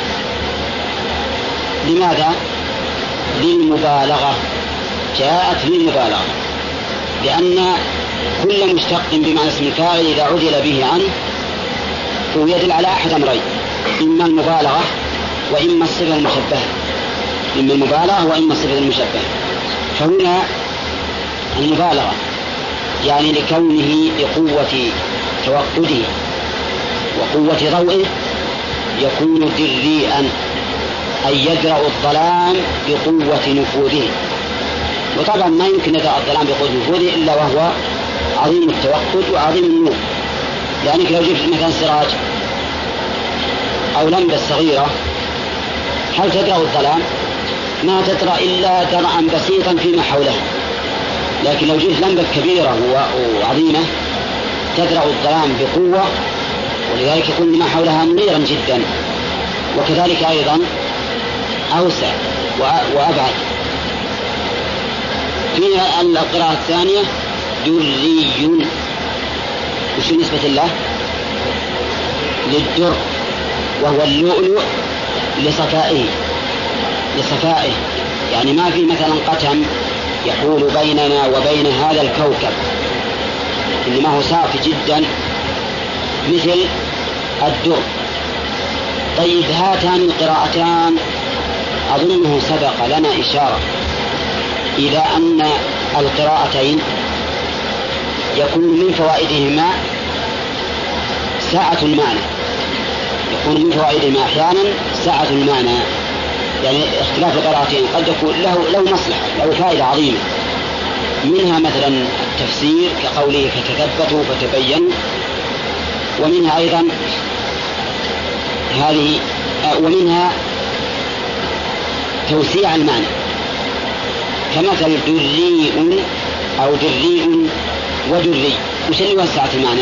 لماذا؟ للمبالغة، جاءت للمبالغة، لأن كل مشتق بمعنى اسم الفاعل إذا عدل به عنه هو يدل على أحد أمرين: إما المبالغة وإما الصفة المشبهة، إما المبالغة وإما الصفة المشبهة. فهنا المبالغة يعني لكونه بقوة توقده وقوة ضوئه يكون دريئا، أي يدرأ الظلام بقوة نفوذه. وطبعا ما يمكن يدرأ الظلام بقوة نفوذه إلا وهو عظيم التوقد وعظيم النور، لأنك لو جبت مثلا سراج أو لمبة صغيرة هل تدرأ الظلام؟ ما تدرأ إلا درعا بسيطا فيما حولها، لكن لو جئت لمبة كبيرة وعظيمة تدرأ الظلام بقوة، ولذلك يكون ما حولها منيرا جدا. وكذلك أيضا أوسع وأبعد. في القراءة الثانية دري، وش نسبة الله؟ للدر، وهو اللؤلؤ لصفائه، يعني ما في مثلا قتم يحول بيننا وبين هذا الكوكب، إنما هو صافي جدا مثل الدر. طيب هاتان القراءتان أظنه سبق لنا إشارة إلى أن القراءتين يكون من فوائدهما سعة المعنى، يكون من فوائدهما أحيانا سعة المعنى، يعني اختلاف القراءتين قد يكون له مصلحة، له فائدة عظيمة، منها مثلا التفسير كقوله فتثبتوا فتبينوا، ومنها أيضا ومنها توسيع المعنى، كمثل دريء أو دريء ودري. وش اللي وسعت المعنى؟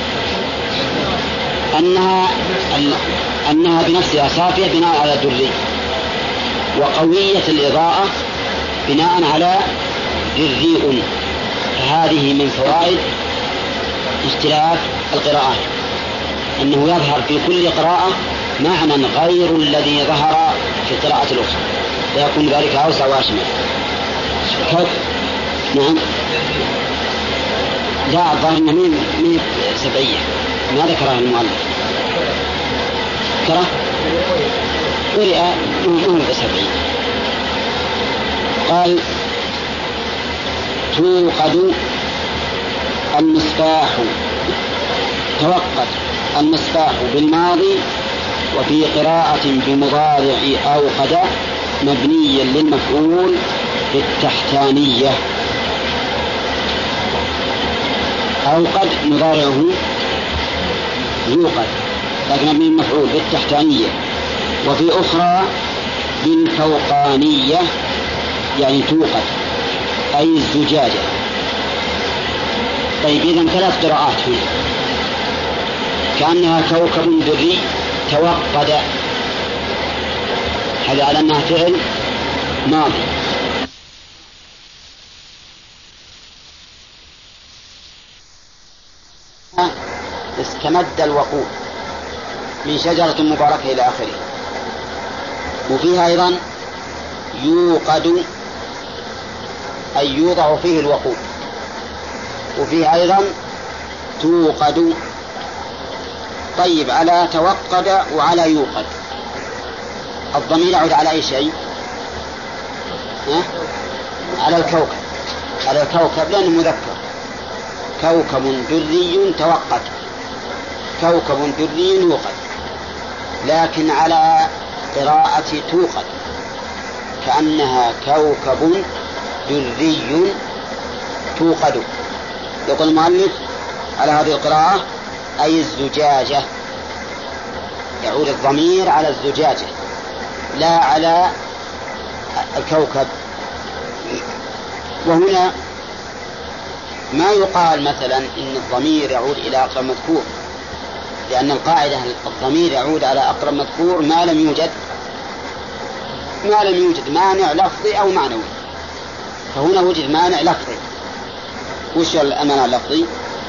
أنها بنفسها صافية بناء على دري، وقوية الإضاءة بناء على دريء. فهذه من فوائد اختلاف القراءات، أنه يظهر في كل قراءة معنى غير الذي ظهر في القراءة الأخرى فيكون ذلك أوسع وأشمل. نعم. لا الظاهر أنه من سبعية ما ذكرها المؤلف. ذكره قرئ من سبعية. قال توقد المصباح، توقد المصباح بالماضي، وفي قراءة بمضارع أوقد مبنيا للمفعول بالتحتانية. أوقد مضارعه يوقد لكن مبني للمفعول بالتحتانية. وفي أخرى بالفوقانية يعني توقد أي الزجاجة. طيب إذن 3 قراءات هنا كأنها كوكب دري توقد، هذا على أنها فعل ماضي. استمد الوقود من شجرة مباركة إلى آخره. وفيها أيضا يوقد أي يوضع فيه الوقود. وفيه أيضا توقد. طيب على توقد وعلى يوقد الضمير يعود على أي شيء؟ على الكوكب، على الكوكب لأنه مذكر. كوكب دري توقد، كوكب دري يوقد. لكن على قراءة توقد كأنها كوكب دري توقد. يقول المؤلف على هذه القراءة أي الزجاجة، يعود الضمير على الزجاجة لا على الكوكب. وهنا ما يقال مثلا إن الضمير يعود إلى أقرب مذكور، لأن القاعدة الضمير يعود على أقرب مذكور ما لم يوجد مانع لفظي أو معنوي. فهنا وجد مانع لفظي. وش المانع اللفظي؟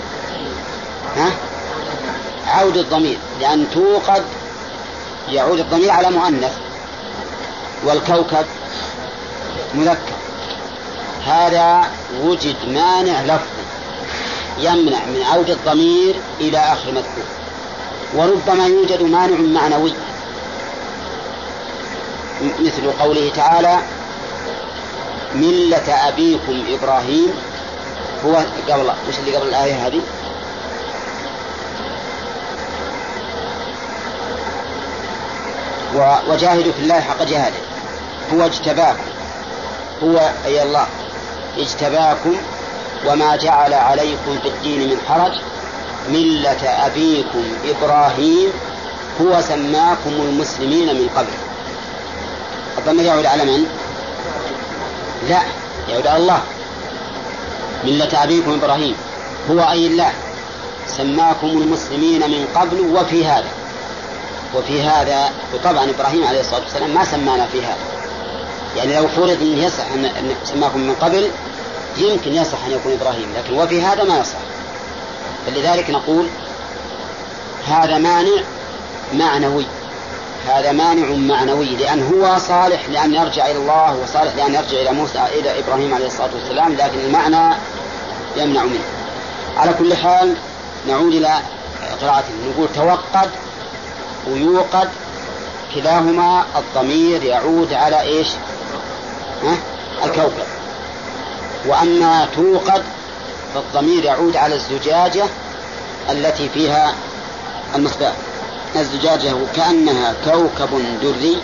عود الضمير، لأن توقد يعود الضمير على مؤنث والكوكب مذكر. هذا وجد مانع لفظي يمنع من عود الضمير إلى آخر مذكور. وربما يوجد مانع معنوي مثل قوله تعالى ملة أبيكم إبراهيم. هو قبل وش اللي قبل الآية هذه؟ وجاهدوا في الله حق جهاده. هو اجتباكم، هو أي الله اجتباكم وما جعل عليكم في الدين من حرج ملة أبيكم إبراهيم هو سماكم المسلمين من قبل. الضمير يعود على من؟ لا، يعود على الله. ملة أبيكم إبراهيم هو أي الله سماكم المسلمين من قبل وفي هذا. وطبعا إبراهيم عليه الصلاة والسلام ما سمانا في هذا، يعني لو فرض أن يصح أن سماكم من قبل يمكن يصح أن يكون إبراهيم، لكن وفي هذا ما يصح. فلذلك نقول هذا مانع معنوي، هذا مانع معنوي، لأن هو صالح لأن يرجع إلى الله وصالح لأن يرجع إلى موسى إلى إبراهيم عليه الصلاة والسلام، لكن المعنى يمنع منه. على كل حال نعود إلى قراءته. نقول توقد ويوقد كلاهما الضمير يعود على إيش؟ الكوكب. وأما توقد فالضمير يعود على الزجاجة التي فيها المصباح. الزجاجة كأنها كوكب دري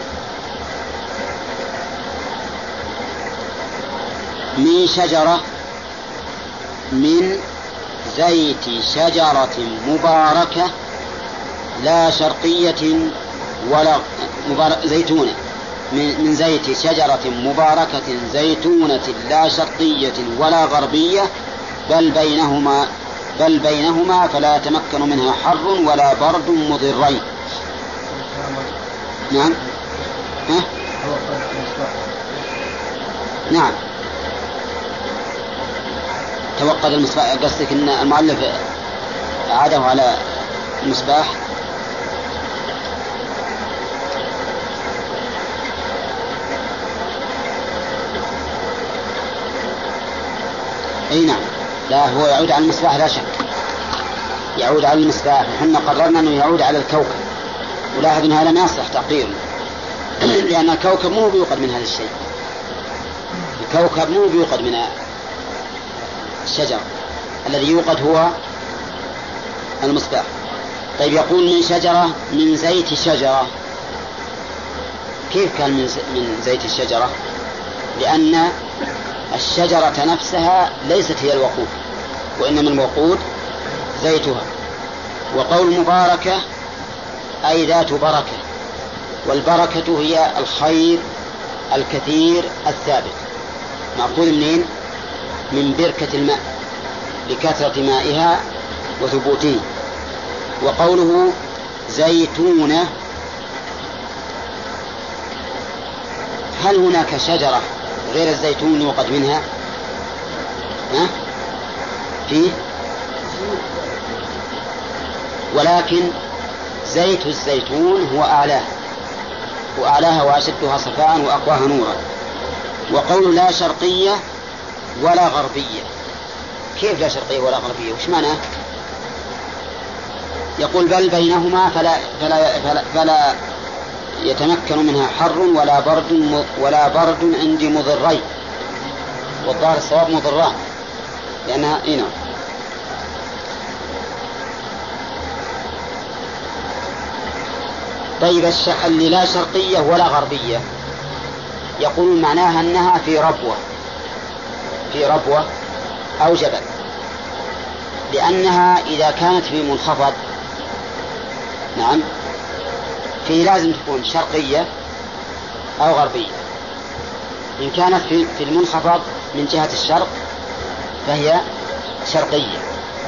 من شجرة من زيت شجرة مباركة لا شرقية ولا زيتونة، من زيت شجرة مباركة زيتونة لا شرقية ولا غربية بل بينهما فلا يتمكن منها حر ولا برد مضرين. نعم. نعم. توقد المصباح، قصدك ان المؤلف عاده على المصباح. أي نعم، لا هو يعود على المصباح لا شك، يعود على المصباح. وحنا قررنا أنه يعود على الكوكب، ولاحظ أن هذا ما يصلح تعقيره لأن الكوكب مو بيوقد من هذا الشيء، الكوكب مو بيوقد من الشجر، الذي يوقد هو المصباح. طيب يقول من شجرة، من زيت شجرة، كيف كان من زيت الشجرة؟ لأن الشجرة نفسها ليست هي الوقود، وإنما الوقود زيتها. وقول مباركة أي ذات بركة، والبركة هي الخير الكثير الثابت، مأخوذ منين؟ من بركة الماء لكثرة مائها وثبوته. وقوله زيتونة، هل هناك شجرة غير الزيتون يوقد منها؟ فيه، ولكن زيت الزيتون هو أعلاها وأشدها صفاء وأقواها نورا. وقول لا شرقية ولا غربية، كيف لا شرقية ولا غربية؟ وش معناه؟ يقول بل بينهما فلا يتمكن منها حر ولا برد عندي مضرين، والظاهر الصواب مضران لأنها إينا. طيب اللي لا شرقية ولا غربية، يقول معناها أنها في ربوة أو جبل، لأنها إذا كانت في منخفض، نعم، في لازم تكون شرقية أو غربية. إن كانت في المنخفض من جهة الشرق فهي شرقية،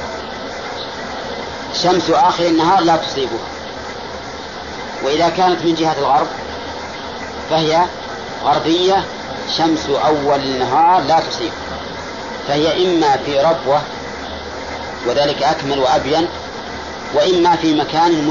شمس آخر النهار لا تصيبها. وإذا كانت من جهة الغرب فهي غربية، شمس أول النهار لا تصيب. فهي إما في ربوة وذلك أكمل وأبين، وإما في مكان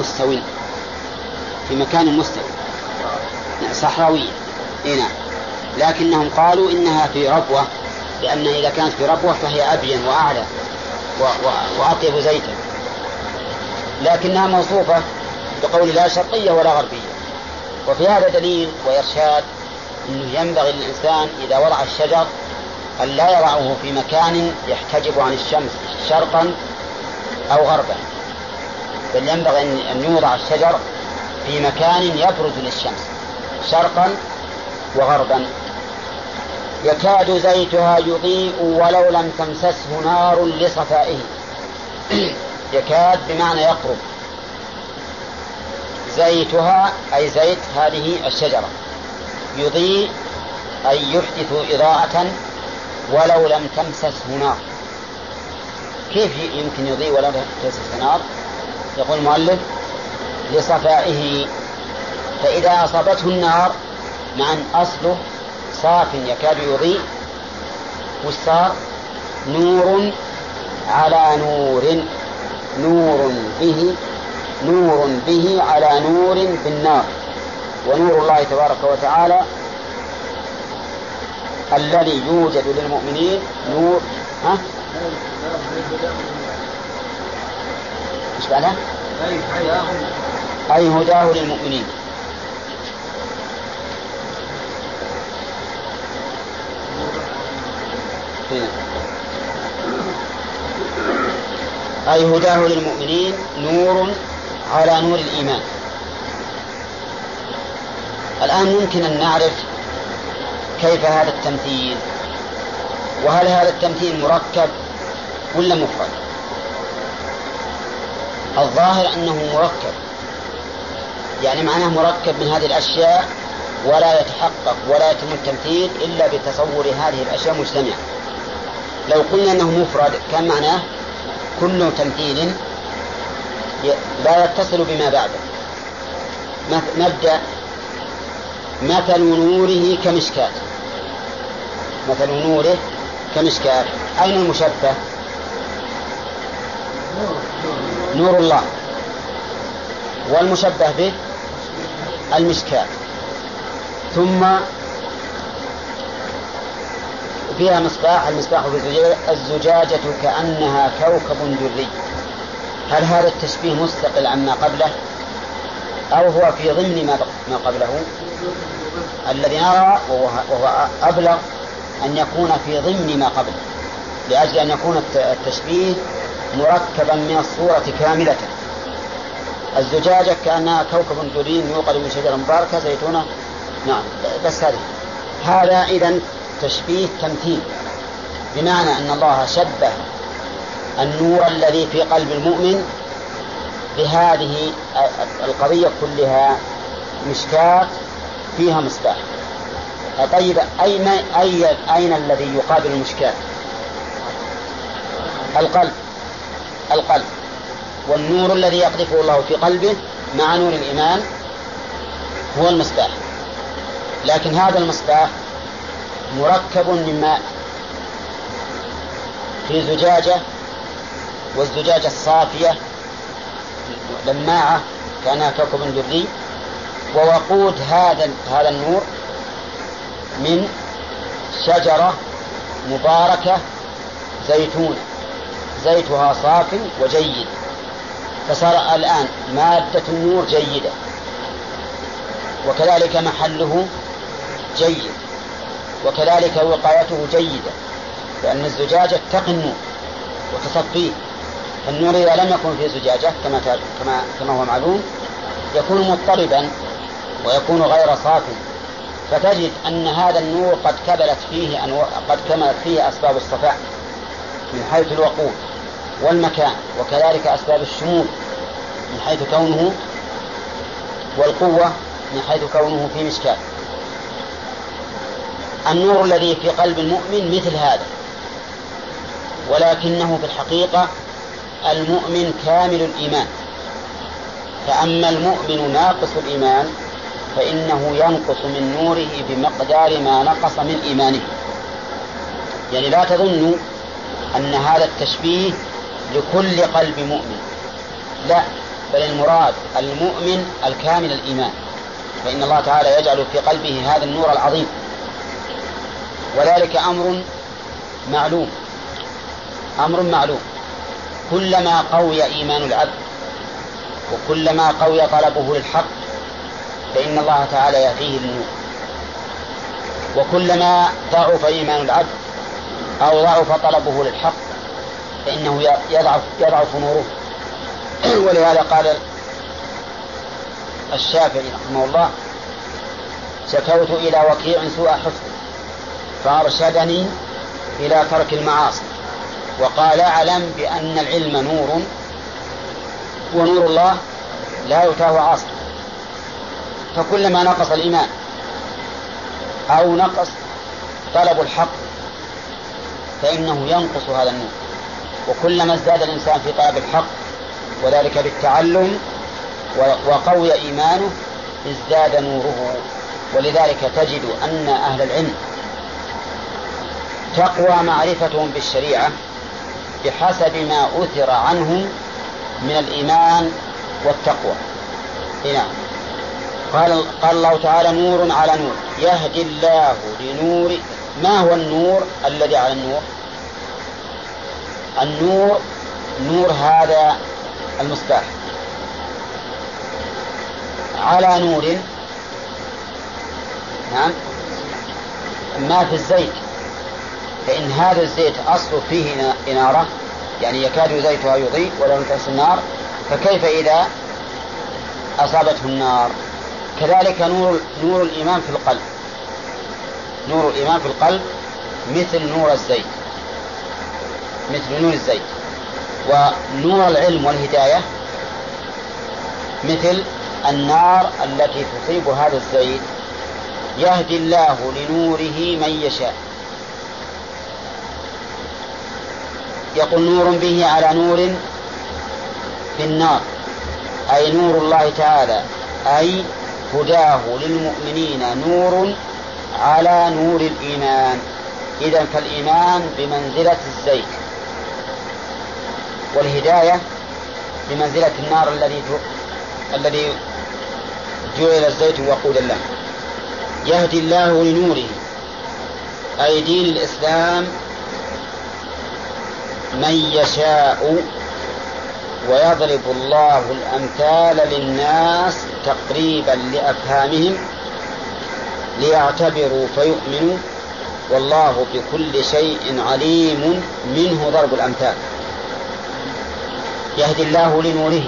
مستوي صحراوية. نعم، لكنهم قالوا إنها في ربوة، لأن إذا كانت في ربوة فهي أبين وأعلى وأطيب زيتا، لكنها موصوفة بقول لا شرقية ولا غربية. وفي هذا دليل وإرشاد أنه ينبغي للإنسان إذا وضع الشجر أن لا يضعه في مكان يحتجب عن الشمس شرقا أو غربا، بل ينبغي أن يوضع الشجر في مكان يبرز للشمس شرقا وغربا. يكاد زيتها يضيء ولو لم تمسسه نار لصفائه. يكاد بمعنى يقرب، زيتها أي زيت هذه الشجرة، يضيء أي يحدث إضاءة ولو لم تمسسه نار. كيف يمكن يضيء ولو لم تمسسه نار؟ يقول المؤلف لصفائه، فإذا أصابته النار مع أن أصله صاف يكاد يضيء، والصار نور على نور، نور به على نور بالنار. ونور الله تبارك وتعالى الذي يوجد للمؤمنين نور مش بعدها أي هداه للمؤمنين. أي هداه للمؤمنين نور على نور الإيمان. الآن ممكن أن نعرف كيف هذا التمثيل، وهل هذا التمثيل مركب ولا مفرد؟ الظاهر أنه مركب، يعني معناه مركب من هذه الأشياء، ولا يتحقق ولا يتم التمثيل إلا بتصور هذه الأشياء مجتمعة. لو قلنا أنه مفرد كان معناه كل تمثيل لا يتصل بما بعده. نبدأ مثل نوره كمشكاة، مثل نوره كمشكاة. أين المشبه؟ نور الله، والمشبه به المشكاة. ثم فيها مصباح. المصباح في الزجاجة كأنها كوكب دري. هل هذا التشبيه مستقل عما قبله أو هو في ضمن ما قبله؟ الذي نرى وهو أبلغ أن يكون في ضمن ما قبله، لأجل أن يكون التشبيه مركبا من الصورة كاملة. الزجاجة كأنها كوكب دري يوقد من شجرة مباركة زيتونة. نعم، بس هذا إذن تشبيه تمثيل، بمعنى أن الله شبه النور الذي في قلب المؤمن بهذه القضية كلها، مشكاة فيها مصباح. طيب أين الذي يقابل المشكاة؟ القلب. والنور الذي يقذفه الله في قلبه مع نور الإيمان هو المصباح. لكن هذا المصباح مركب من ماء في زجاجة، والزجاجة الصافية لماعة كأنها كوكب دري. ووقود هذا النور من شجرة مباركة زيتونة زيتها صاف وجيد، فصار الآن مادة النور جيدة، وكذلك محله جيد، وكذلك وقايته جيدة، لأن الزجاجة تقي النور وتصفيه. النور إذا لم يكن في زجاجة كما هو معلوم يكون مضطربا ويكون غير صاف، فتجد أن هذا النور قد كملت فيه أسباب الصفاء من حيث الوقود والمكان، وكذلك أسباب الشمول من حيث كونه، والقوة من حيث كونه في مشكاة. النور الذي في قلب المؤمن مثل هذا، ولكنه في الحقيقة المؤمن كامل الإيمان. فأما المؤمن ناقص الإيمان فإنه ينقص من نوره بمقدار ما نقص من إيمانه. يعني لا تظنوا أن هذا التشبيه لكل قلب مؤمن، لا، بل المراد المؤمن الكامل الإيمان، فإن الله تعالى يجعل في قلبه هذا النور العظيم، وذلك أمر معلوم. كلما قوي إيمان العبد وكلما قوي طلبه للحق فإن الله تعالى يهديه للنور، وكلما ضعف إيمان العبد أو ضعف طلبه للحق فإنه يضعف نوره. ولهذا قال الشافعي رحمه الله: شكوت إلى وكيع سوء حفظي فأرشدني إلى ترك المعاصي، وقال: اعلم بأن العلم نور، ونور الله لا يتاه عاصي. فكلما نقص الإيمان أو نقص طلب الحق فإنه ينقص هذا النور، وكلما ازداد الإنسان في طلب الحق وذلك بالتعلم وقوي إيمانه ازداد نوره. ولذلك تجد أن أهل العلم تقوى معرفتهم بالشريعة بحسب ما أثر عنهم من الإيمان والتقوى. هنا قال الله تعالى: نور على نور يهدي الله لنور. ما هو النور الذي على النور؟ النور نور هذا المصباح على نور. نعم، ما في الزيت، فإن هذا الزيت أصله فيه إنارة، يعني يكاد زيتها يضيء ولو لم تمس النار، فكيف إذا أصابته النار؟ كذلك نور الإيمان في القلب، نور الإيمان في القلب مثل نور الزيت، مثل نور الزيت. ونور العلم والهداية مثل النار التي تصيب هذا الزيت. يهدي الله لنوره من يشاء. يقول: نور به على نور في النار، أي نور الله تعالى، أي هداه للمؤمنين نور على نور الإيمان. إذن فالإيمان بمنزلة الزيت، والهداية بمنزلة النار الذي جعل الزيت وقودا له. يهدي الله لنوره أي دين الإسلام من يشاء، ويضرب الله الأمثال للناس تقريبا لأفهامهم ليعتبروا فيؤمنوا، والله بكل شيء عليم، منه ضرب الأمثال. يهدي الله لنوره.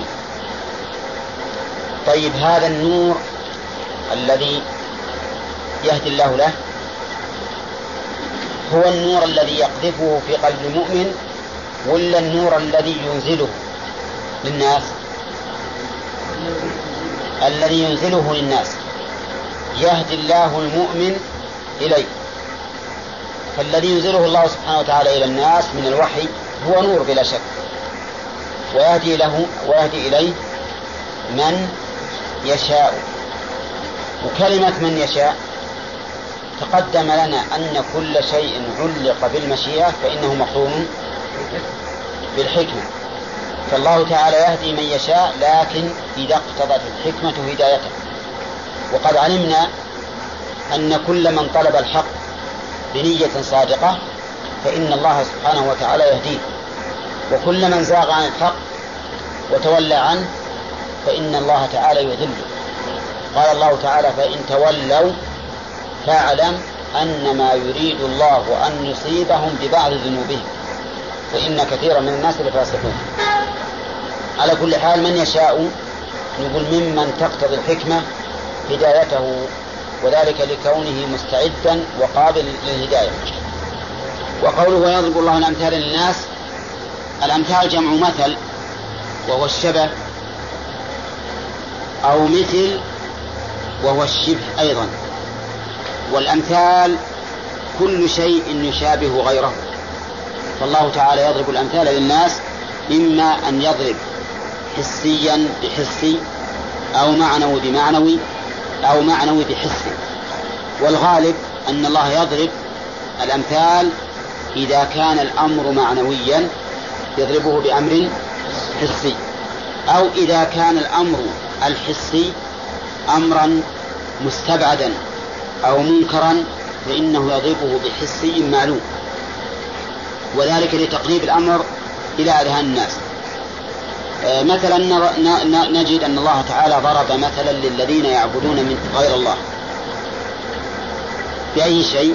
طيب هذا النور الذي يهدي الله له هو النور الذي يقذفه في قلب المؤمن، ولا النور الذي ينزله للناس؟ الذي ينزله للناس. يهدي الله المؤمن إليه، فالذي ينزله الله سبحانه وتعالى إلى الناس من الوحي هو نور بلا شك، ويهدي إليه من يشاء. وكلمة من يشاء تقدم لنا أن كل شيء علق بالمشيئة فإنه مقرون بالحكمة، فالله تعالى يهدي من يشاء، لكن إذا اقتضت الحكمة هدايته. وقد علمنا أن كل من طلب الحق بنية صادقة فإن الله سبحانه وتعالى يهديه، وكل من زاغ عن الحق وتولى عنه فإن الله تعالى يذله. قال الله تعالى: فإن تولوا فاعلم أنما يريد الله أن يصيبهم ببعض ذنوبهم وإن كثيرا من الناس لفاسقون. على كل حال من يشاء نقول ممن تقتضي الحكمة هدايته، وذلك لكونه مستعدا وقابل للهداية. وقوله ويضرب الله الأمثال للناس، الأمثال جمع مثل وهو الشبه، أو مثل وهو الشبه أيضا. والأمثال كل شيء يشابه غيره، فالله تعالى يضرب الأمثال للناس، إما أن يضرب حسيا بحسي، أو معنوي بمعنوي، أو معنوي بحسي. والغالب أن الله يضرب الأمثال إذا كان الأمر معنويا يضربه بأمر حسي، أو إذا كان الأمر الحسي أمرا مستبعدا أو منكرا فإنه يضربه بحسي معلوم، وذلك لتقريب الأمر إلى أذهان الناس. مثلا نجد أن الله تعالى ضرب مثلا للذين يعبدون من غير الله بأي شيء؟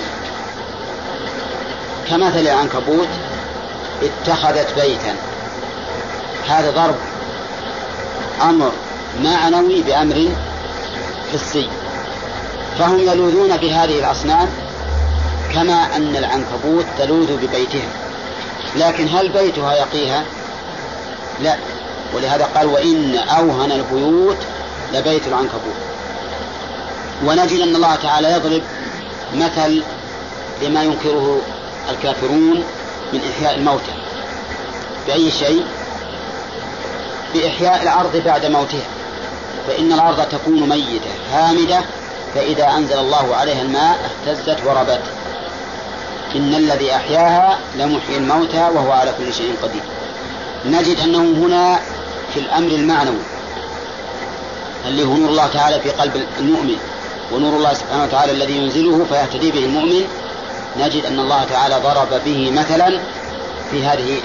كمثل العنكبوت اتخذت بيتا. هذا ضرب أمر معنوي بأمر حسي، فهم يلوذون بهذه الأصنام كما أن العنكبوت تلوذ ببيتها، لكن هل بيتها يقيها؟ لا. ولهذا قال: وإن أوهن البيوت لبيت العنكبوت. ونجد أن الله تعالى يضرب مثل لما ينكره الكافرون من إحياء الموتى بأي شيء؟ بإحياء الأرض بعد موتها، فإن الأرض تكون ميتة هامدة، فإذا أنزل الله عليها الماء اهتزت وربت. إن الذي أحياها لمحيي الموتى وهو على كل شيء قدير. نجد أنه هنا في الأمر المعنوي اللي هو نور الله تعالى في قلب المؤمن، ونور الله سبحانه وتعالى الذي ينزله فيهتدي به المؤمن، نجد أن الله تعالى ضرب به مثلا في هذه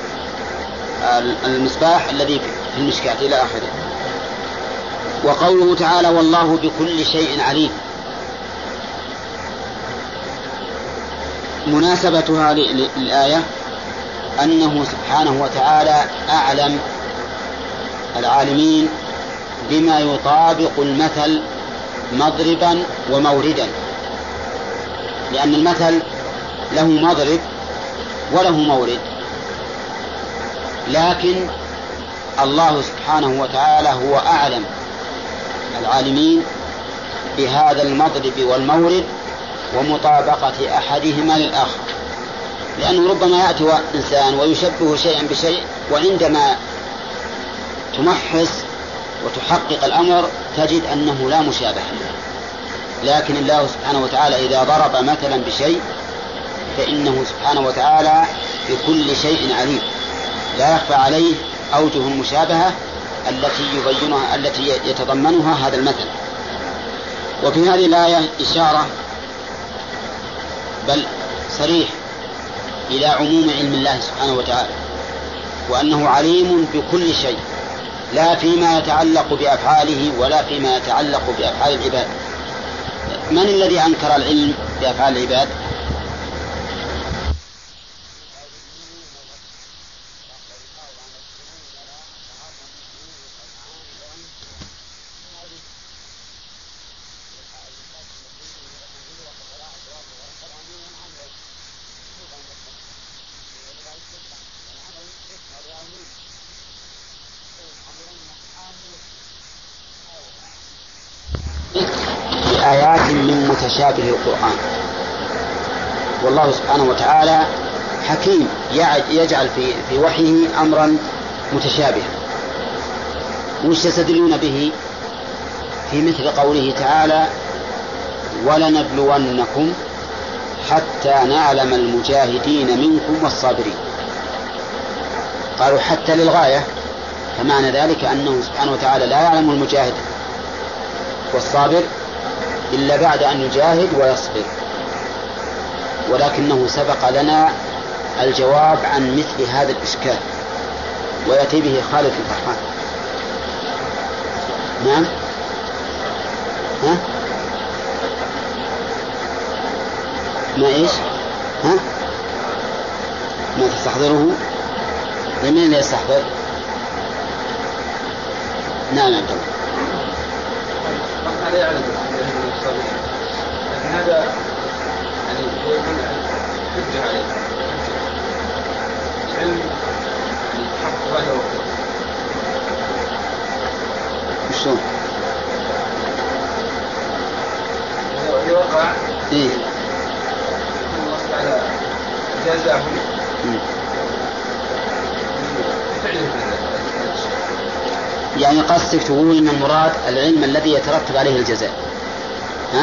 المصباح الذي في المشكاة إلى آخره. وقوله تعالى: والله بكل شيء عليم، مناسبتها للآية أنه سبحانه وتعالى أعلم العالمين بما يطابق المثل مضربا وموردا، لأن المثل له مضرب وله مورد، لكن الله سبحانه وتعالى هو أعلم العالمين بهذا المضرب والمورد ومطابقة أحدهما للآخر، لأنه ربما يأتي إنسان ويشبه شيئا بشيء، وعندما تمحص وتحقق الأمر تجد أنه لا مشابه، لكن الله سبحانه وتعالى إذا ضرب مثلا بشيء فإنه سبحانه وتعالى بكل شيء عليم، لا يخفى عليه أوجه المشابهة التي يتضمنها هذا المثل. وفي هذه الآية إشارة، بل صريح إلى عموم علم الله سبحانه وتعالى، وأنه عليم بكل شيء، لا فيما يتعلق بأفعاله ولا فيما يتعلق بأفعال العباد. من الذي أنكر العلم بأفعال العباد؟ آيات من متشابه القرآن. والله سبحانه وتعالى حكيم يجعل في وحيه أمرا متشابها. وش يستدلون به؟ في مثل قوله تعالى: ولنبلونكم حتى نعلم المجاهدين منكم والصابرين. قالوا حتى للغاية، فمعنى ذلك أنه سبحانه وتعالى لا يعلم المجاهد والصابر إلا بعد أن يجاهد ويصبر. ولكنه سبق لنا الجواب عن مثل هذا الإشكال، ويأتي به خالد الفرحان. نعم. ها؟ ما إيش؟ ها؟ ما تستحضره؟ لمن اللي يستحضر؟ نعم عبد الله. هذا يعلم لكن هذا يعني يكون حجة عليه العلم، يعني حق هذا وقت شلون؟ إذا وقع إيه؟ الله تعالى جازاه يعني قصدك تقول إن المراد العلم الذي يترتب عليه الجزاء؟ ها؟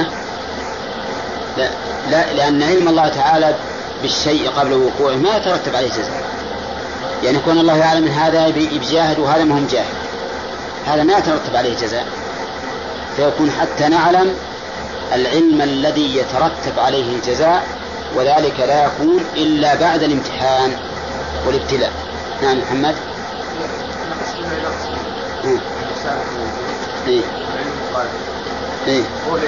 لا، لأن علم الله تعالى بالشيء قبل وقوعه ما يترتب عليه جزاء. يعني كون الله يعلم من هذا بجاهد وهذا ما هم جاهد، هذا ما يترتب عليه جزاء، فيكون حتى نعلم العلم الذي يترتب عليه الجزاء، وذلك لا يكون إلا بعد الامتحان والابتلاء. نعم محمد. إيه. إيه.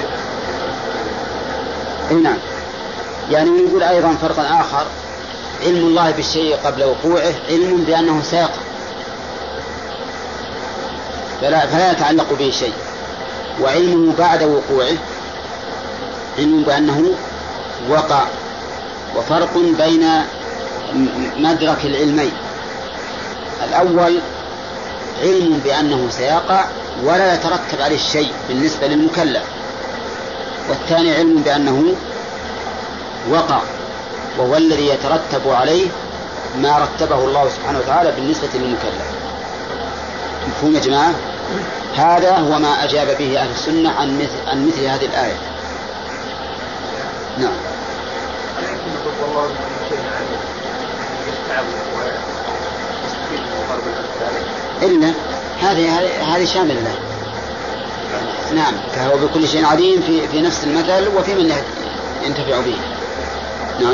إيه نعم. يعني يقول أيضا فرقا آخر: علم الله بالشيء قبل وقوعه علم بأنه سيقع، فلا يتعلق به شيء، وعلمه بعد وقوعه علم بأنه وقع. وفرق بين مدرك العلمين: الأول علم بأنه سيقع ولا يترتب عليه الشيء بالنسبة للمكلف، والثاني علم بأنه وقع وهو الذي يترتب عليه ما رتبه الله سبحانه وتعالى بالنسبة للمكلف. مفهوم يا جماعة؟ هذا هو ما أجاب به أهل السنة عن مثل هذه الآية. نعم. إلا هذه شامل له. نعم، فهو بكل شيء عليم في نفس المثل وفي من ينتفع به. نعم.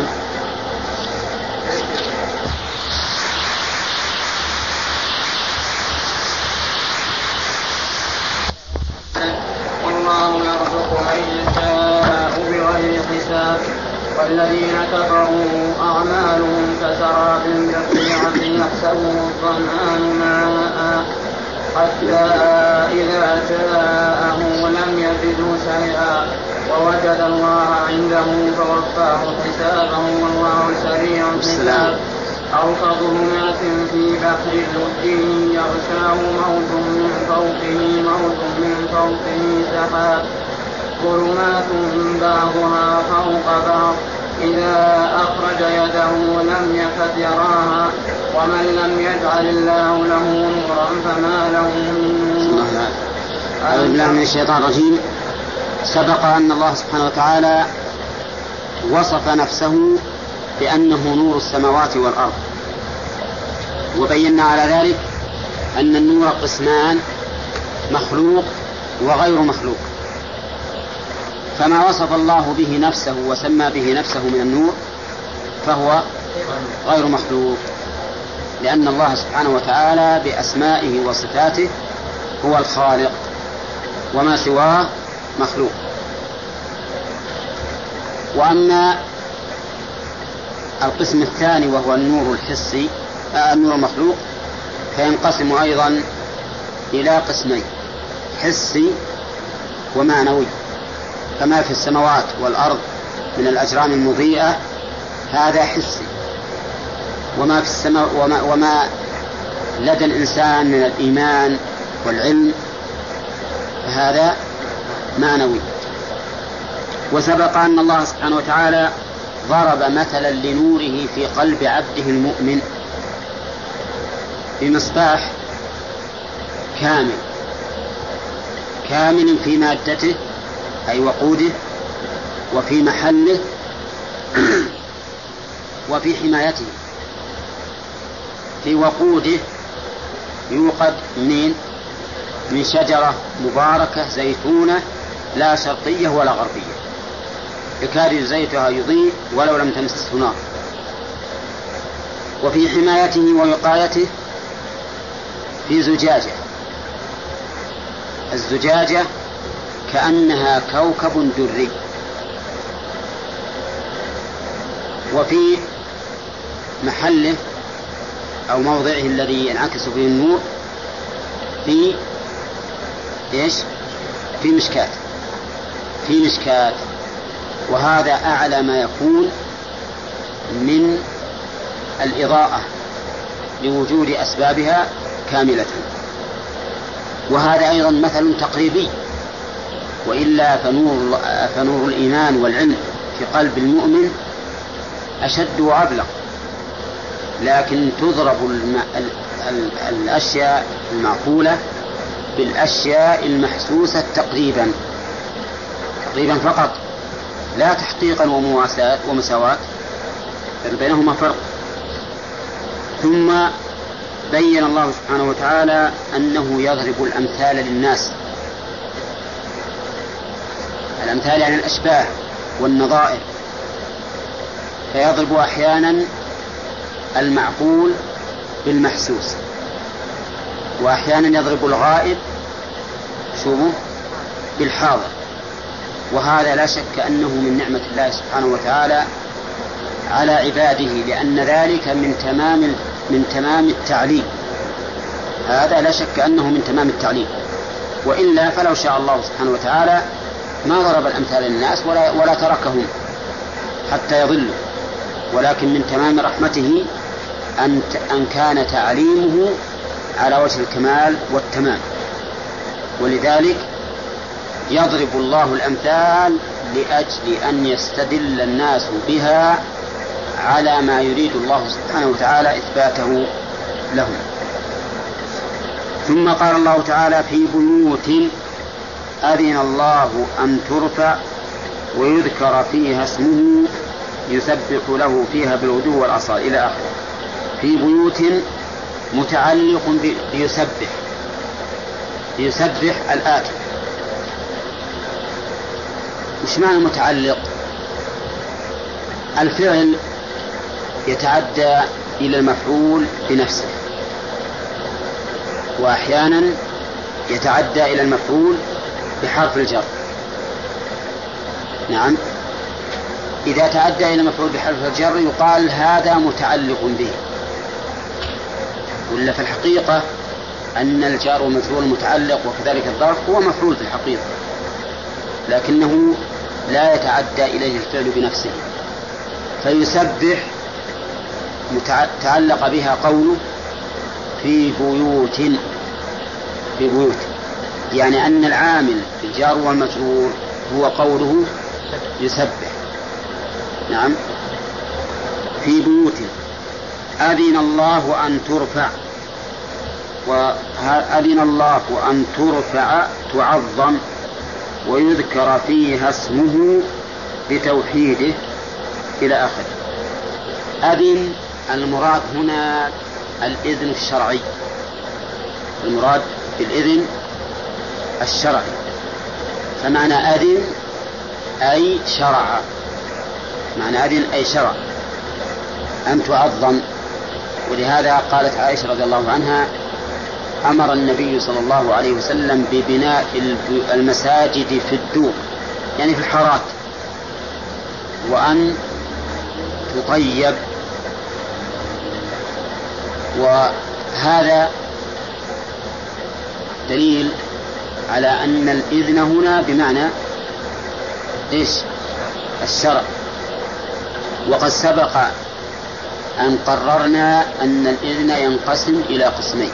والله يرزق من يشاء بغير حساب. والذين كفروا أعمالهم كسراب بقيعة يحسبه الظمآن ماء حتى إذا جاءه لم يجده شيئا ووجد الله عنده فوفاه حسابه والله سريع الحساب. أو كظلمات في بحر لجي يغشاه موج من فوقه سحاب ظلمات بعضها فوق بعض إذا أخرج يده لم يكد يراها ومن لم يجعل الله له نورا فما له من نور. أعوذ بالله من الشيطان الرجيم. سبق أن الله سبحانه وتعالى وصف نفسه بأنه نور السماوات والأرض، وبينا على ذلك أن النور قسمان: مخلوق وغير مخلوق. فما وصف الله به نفسه وسمى به نفسه من النور فهو غير مخلوق، لأن الله سبحانه وتعالى بأسمائه وصفاته هو الخالق، وما سواه مخلوق. وأما القسم الثاني وهو النور الحسي، النور المخلوق، فينقسم أيضا إلى قسمين: حسي ومعنوي. كما في السماوات والأرض من الأجرام المضيئة هذا حسي، وما في السماء وما لدى الإنسان من الإيمان والعلم هذا معنوي. وسبق أن الله سبحانه وتعالى ضرب مثلا لنوره في قلب عبده المؤمن بمصباح كامل في مادته أي وقوده، وفي محله، وفي حمايته. في وقوده يوقد من شجرة مباركة زيتونة لا شرقية ولا غربية، يكاد زيتها يضيء ولو لم تمسسه نار. وفي حمايته ووقايته في زجاجة، الزجاجة كأنها كوكب دري. وفي محله أو موضعه الذي ينعكس فيه النور في مشكاة، وهذا أعلى ما يكون من الإضاءة لوجود أسبابها كاملة. وهذا أيضا مثل تقريبي، وإلا فنور الإيمان والعلم في قلب المؤمن أشد وأبلغ، لكن تضرب الأشياء المعقولة بالأشياء المحسوسة تقريبا فقط، لا تحقيقا ومساواة، بينهما فرق. ثم بين الله سبحانه وتعالى أنه يضرب الأمثال للناس، الأمثال يعني الأشباه والنظائر، فيضرب أحيانا المعقول بالمحسوس، وأحيانا يضرب الغائب بالحاضر. وهذا لا شك أنه من نعمة الله سبحانه وتعالى على عباده، لأن ذلك من تمام التعليم. هذا لا شك أنه من تمام التعليم، وإلا فلو شاء الله سبحانه وتعالى ما ضرب الأمثال للناس ولا تركهم حتى يضلوا، ولكن من تمام رحمته أن كان تعليمه على وجه الكمال والتمام. ولذلك يضرب الله الأمثال لأجل أن يستدل الناس بها على ما يريد الله سبحانه وتعالى إثباته لهم. ثم قال الله تعالى: في بيوت أذن الله أن ترفع ويذكر فيها اسمه يسبح له فيها بالغدو والآصال إلى آخره. في بيوت متعلق بيسبح الآتي. وش معنى متعلق؟ الفعل يتعدى إلى المفعول بنفسه، وأحيانا يتعدى إلى المفعول بحرف الجر. نعم، إذا تعدى إلى المفعول بحرف الجر يقال هذا متعلق به، ولا في الحقيقة أن الجار والمجرور المتعلق وكذلك الظرف هو مفعول في الحقيقة، لكنه لا يتعدى إليه الفعل بنفسه. فيسبح تعلق بها قوله في بيوت، يعني أن العامل في الجار والمجرور هو قوله يسبح. نعم، في بيوت أذن الله أن ترفع، وأذن الله أن ترفع تعظم ويذكر فيها اسمه بتوحيده إلى آخره. أذن المراد هنا الإذن الشرعي، المراد بالإذن الشرعي، فمعنى أذن أي شرع، معنى أذن أي شرع. أن تعظم. ولهذا قالت عائشة رضي الله عنها: أمر النبي صلى الله عليه وسلم ببناء المساجد في الدور، يعني في الحارات، وأن تطيب. وهذا دليل على أن الإذن هنا بمعنى إيش؟ الشرع. وقد سبق أن قررنا أن الإذن ينقسم إلى قسمين: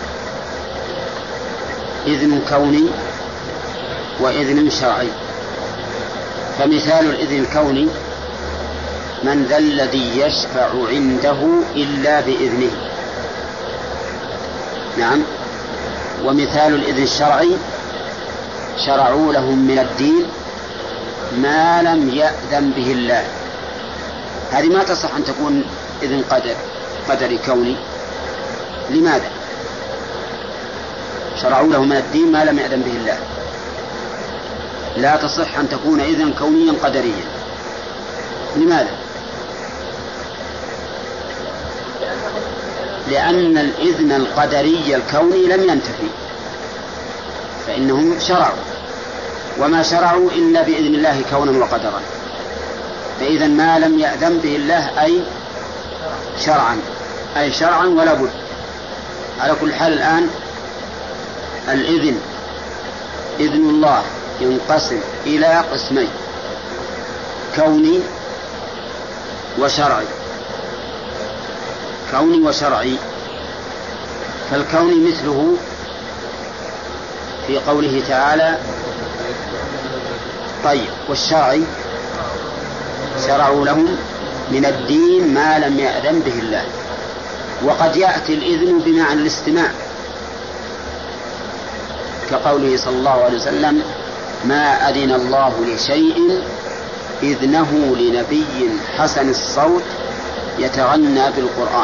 إذن كوني وإذن شرعي. فمثال الإذن الكوني: من ذا الذي يشفع عنده إلا بإذنه. نعم. ومثال الإذن الشرعي: شرعوا لهم من الدين ما لم يأذن به الله. هذه ما تصح أن تكون إذن قدري كوني. لماذا؟ شرعوا لهم من الدين ما لم يأذن به الله، لا تصح أن تكون إذن كونيا قدريا. لماذا؟ لأن الإذن القدري الكوني لم ينتفي، فإنهم شرعوا، وما شرعوا إلا بإذن الله كونا وقدرا. فإذا ما لم يأذن به الله أي شرعا ولا بد. على كل حال الآن الإذن، إذن الله ينقسم إلى قسمين: كوني وشرعي. كوني وشرعي. فالكوني مثله في قوله تعالى: طيب. والشرعي: شرعوا لهم من الدين ما لم يأذن به الله. وقد يأتي الإذن بمعنى الاستماع، كقوله صلى الله عليه وسلم: ما أذن الله لشيء إذنه لنبي حسن الصوت يتغنى بالقرآن.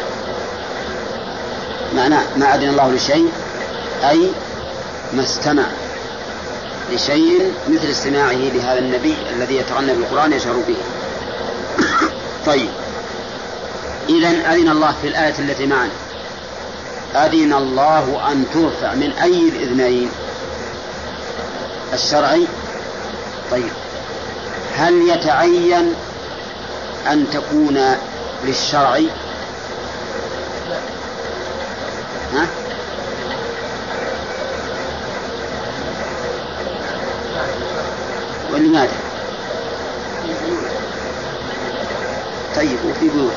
معنى ما أذن الله لشيء أي ما استمع لشيء مثل استماعه لهذا النبي الذي يتغنى بالقرآن يشعر به. طيب. إذن أذن الله في الآية التي معنا: أذن الله أن ترفع. من أي الإذنين؟ الشرعي. طيب. هل يتعين أن تكون للشرع؟ ها؟ ولماذا؟ طيب. وفي بيوت،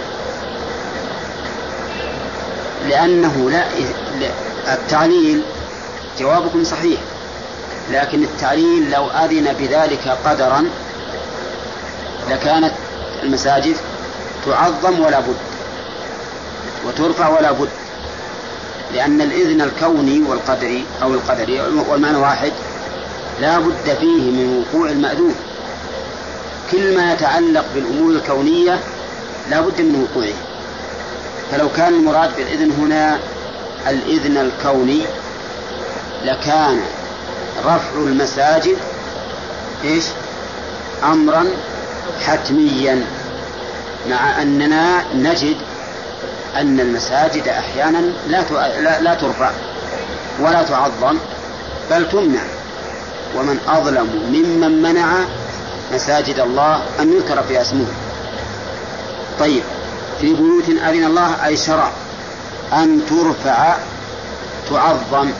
لأنه لا التعليل. جوابكم صحيح، لكن التعليل لو أذن بذلك قدرا لكانت المساجد تعظم ولا بد، وترفع ولا بد، لأن الإذن الكوني والقدري أو القدري والمعنى واحد لا بد فيه من وقوع المأذون. كل ما يتعلق بالأمور الكونية لا بد من وقوعه. فلو كان المراد بالإذن هنا الإذن الكوني لكان رفع المساجد إيش؟ أمرا حتميا، مع أننا نجد أن المساجد أحيانا لا ترفع ولا تعظم بل تمنع. ومن أظلم ممن منع مساجد الله أن يذكر فيها اسمه. طيب. في بيوت أذن الله أي شرع أن ترفع تعظم.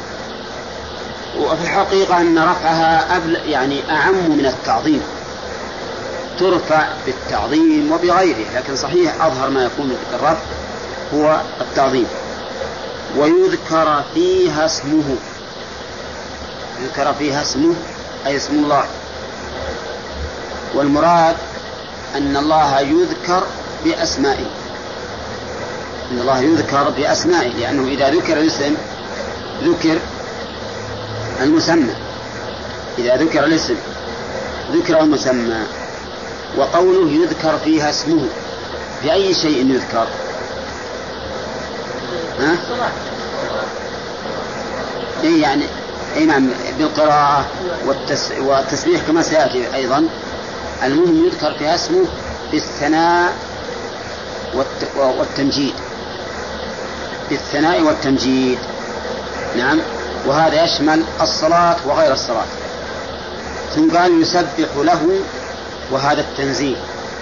وفي الحقيقة أن رفعها يعني أعم من التعظيم، ترفع بالتعظيم وبغيره، لكن صحيح أظهر ما يكون الرفع هو التعظيم. ويذكر فيها اسمه. يذكر فيها اسمه أي اسم الله. والمراد أن الله يذكر بأسمائه، أن الله يذكر بأسمائه، لأنه إذا ذكر الاسم ذكر المسمى. إذا ذكر الاسم ذكر المسمى. وقوله يذكر فيها اسمه، بأي شيء يذكر؟ ها؟ إيه يعني نعم، بالقراءة والتسبيح كما سيأتي أيضا. المهم يذكر فيها اسمه بالثناء والتمجيد، بالثناء والتمجيد. نعم، وهذا يشمل الصلاة وغير الصلاة. ثم قال يسبح له، وهذا التنزيه،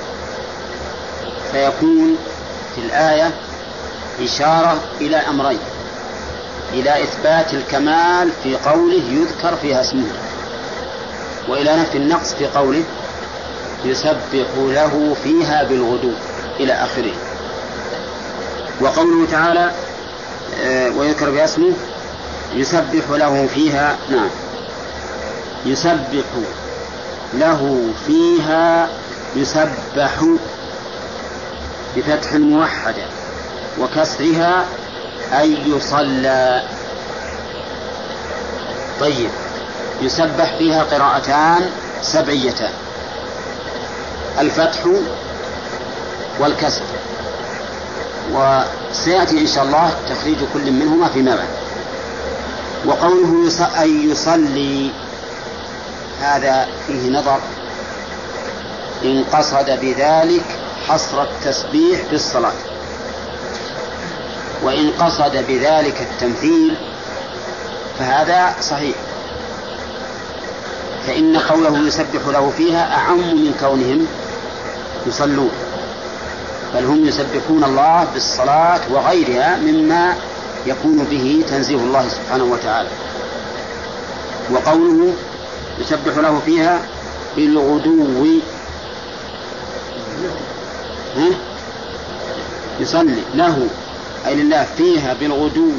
فيكون في الآية إشارة إلى أمرين: إلى إثبات الكمال في قوله يذكر فيها اسمه، وإلى نفي النقص في قوله يسبح له فيها بالغدو إلى آخره. وقوله تعالى ويذكر فيها اسمه يسبح له فيها، نعم، يسبح له فيها، يسبح بفتح موحدة وكسرها أي يصلى. طيب، يسبح فيها قراءتان سبعيتان: الفتح والكسر، وسيأتي إن شاء الله تخريج كل منهما فيما بعد. وقوله أي يصلي، هذا فيه نظر: إن قصد بذلك حصر التسبيح في الصلاة، وإن قصد بذلك التمثيل فهذا صحيح، فإن قوله يسبح له فيها أعم من كونهم يصلون، بل هم يسبحون الله بالصلاة وغيرها مما يكون به تنزيه الله سبحانه وتعالى. وقوله يسبح له فيها بالغدو، يصلي له أي لله فيها بالغدو،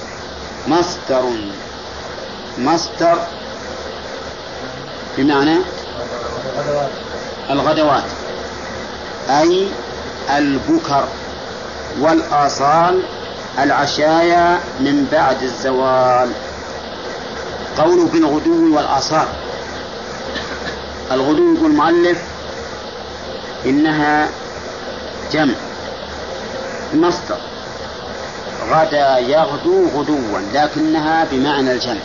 مصدر بمعنى الغدوات، أي البكر والآصال، العشايا من بعد الزوال. قوله بالغدو والآصال، الغدو يقول المؤلف إنها جمع مصدر، غدا يغدو غدوا، لكنها بمعنى الجمع.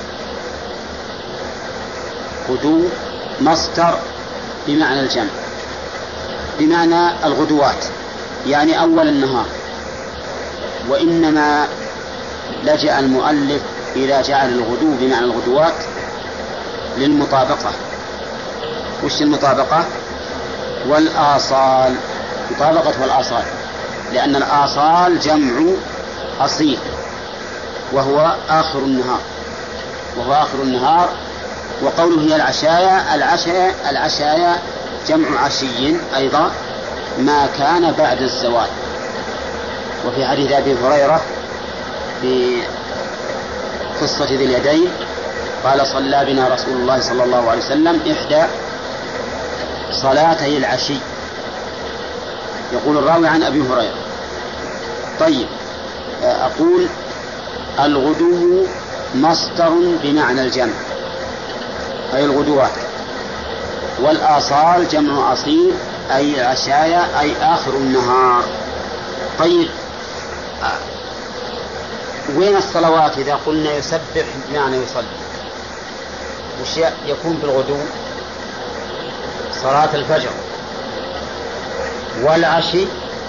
غدو مصدر بمعنى الجمع، بمعنى الغدوات، يعني أول النهار. وإنما لجأ المؤلف إلى جعل الغدو بمعنى الغدوات للمطابقة. وش المطابقة؟ والآصال، مطابقة والآصال، لأن الآصال جمع أصيل وهو آخر النهار، وقوله هي العشايا جمع عشي أيضا، ما كان بعد الزوال. وفي حديث أبي هريرة في قصة ذي اليدين قال صلى بنا رسول الله صلى الله عليه وسلم إحدى صلاتي العشي، يقول الراوي عن أبي هريرة. طيب، أقول الغدو مصدر بمعنى الجمع أي الغدوات، والآصال جمع أصيل أي العشايا أي آخر النهار. طيب، وين الصلوات إذا قلنا يسبح بمعنى يصلي؟ وش يكون بالغدو؟ صلاة الفجر والعشي،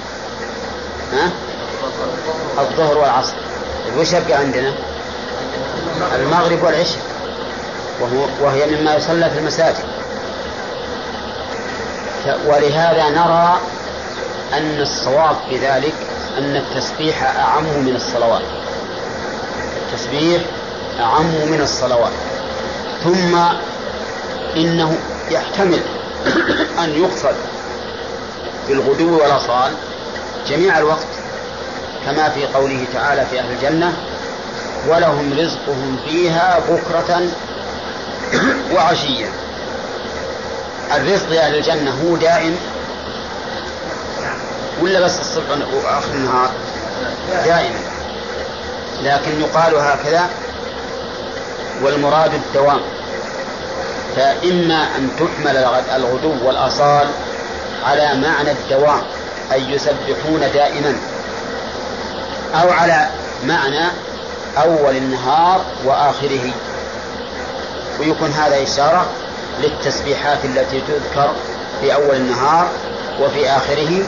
الظهر والعصر. وش يبقى عندنا؟ المغرب والعشاء، وهي مما يصلى في المساجد. ولهذا نرى أن الصواب في ذلك أن التسبيح أعم من الصلوات، التسبيح أعم من الصلوات. ثم إنه يحتمل أن يقصد بالغدو والآصال جميع الوقت، كما في قوله تعالى في أهل الجنة ولهم رزقهم فيها بكرة وعشيا. الرزق لأهل الجنة هو دائم ولا بس الصبح وآخر النهار؟ دائما، لكن يقال هكذا والمراد الدوام. فإما أن تحمل الغدو والآصال على معنى الدوام أي يسبحون دائما، أو على معنى أول النهار وآخره، ويكون هذا إشارة للتسبيحات التي تذكر في أول النهار وفي آخره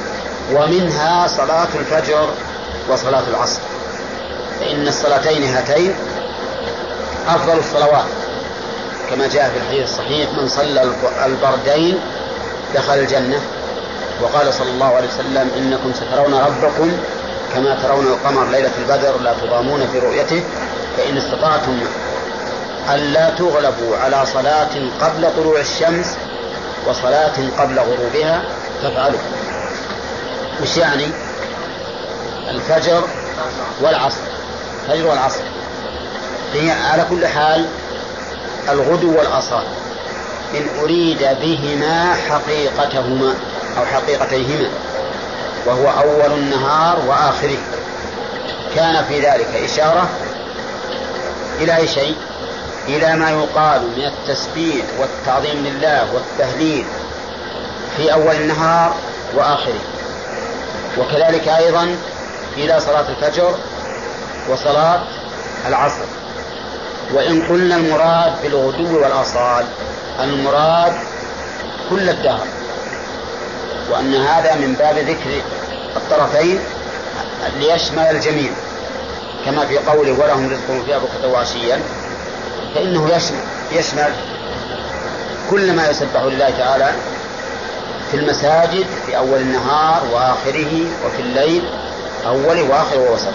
ومنها صلاة الفجر وصلاة العصر، فإن الصلاتين هاتين أفضل الصلوات، كما جاء في الحديث الصحيح: من صلى البردين دخل الجنة. وقال صلى الله عليه وسلم: إنكم سترون ربكم كما ترون القمر ليلة البدر لا تضامون في رؤيته، فإن استطعتم ألا تغلبوا على صلاة قبل طلوع الشمس وصلاة قبل غروبها فافعلوا. وش يعني؟ الفجر والعصر، الفجر والعصر هي على كل حال الغدو والآصال، إن أريد بهما حقيقتهما أو حقيقتيهما، وهو أول النهار وآخره. كان في ذلك إشارة إلى أي شيء؟ إلى ما يقال من التسبيح والتعظيم لله والتهليل في أول النهار وآخره، وكذلك أيضا إلى صلاة الفجر وصلاة العصر. وإن قلنا المراد بالغدو والآصال المراد كل الدهر، وأن هذا من باب ذكر الطرفين ليشمل الجميع، كما في قوله: ولهم رزقهم فيها بكرة وعشيا، فإنه يشمل كل ما يسبح لله تعالى في المساجد في أول النهار وآخره، وفي الليل أوله وآخره ووسطه.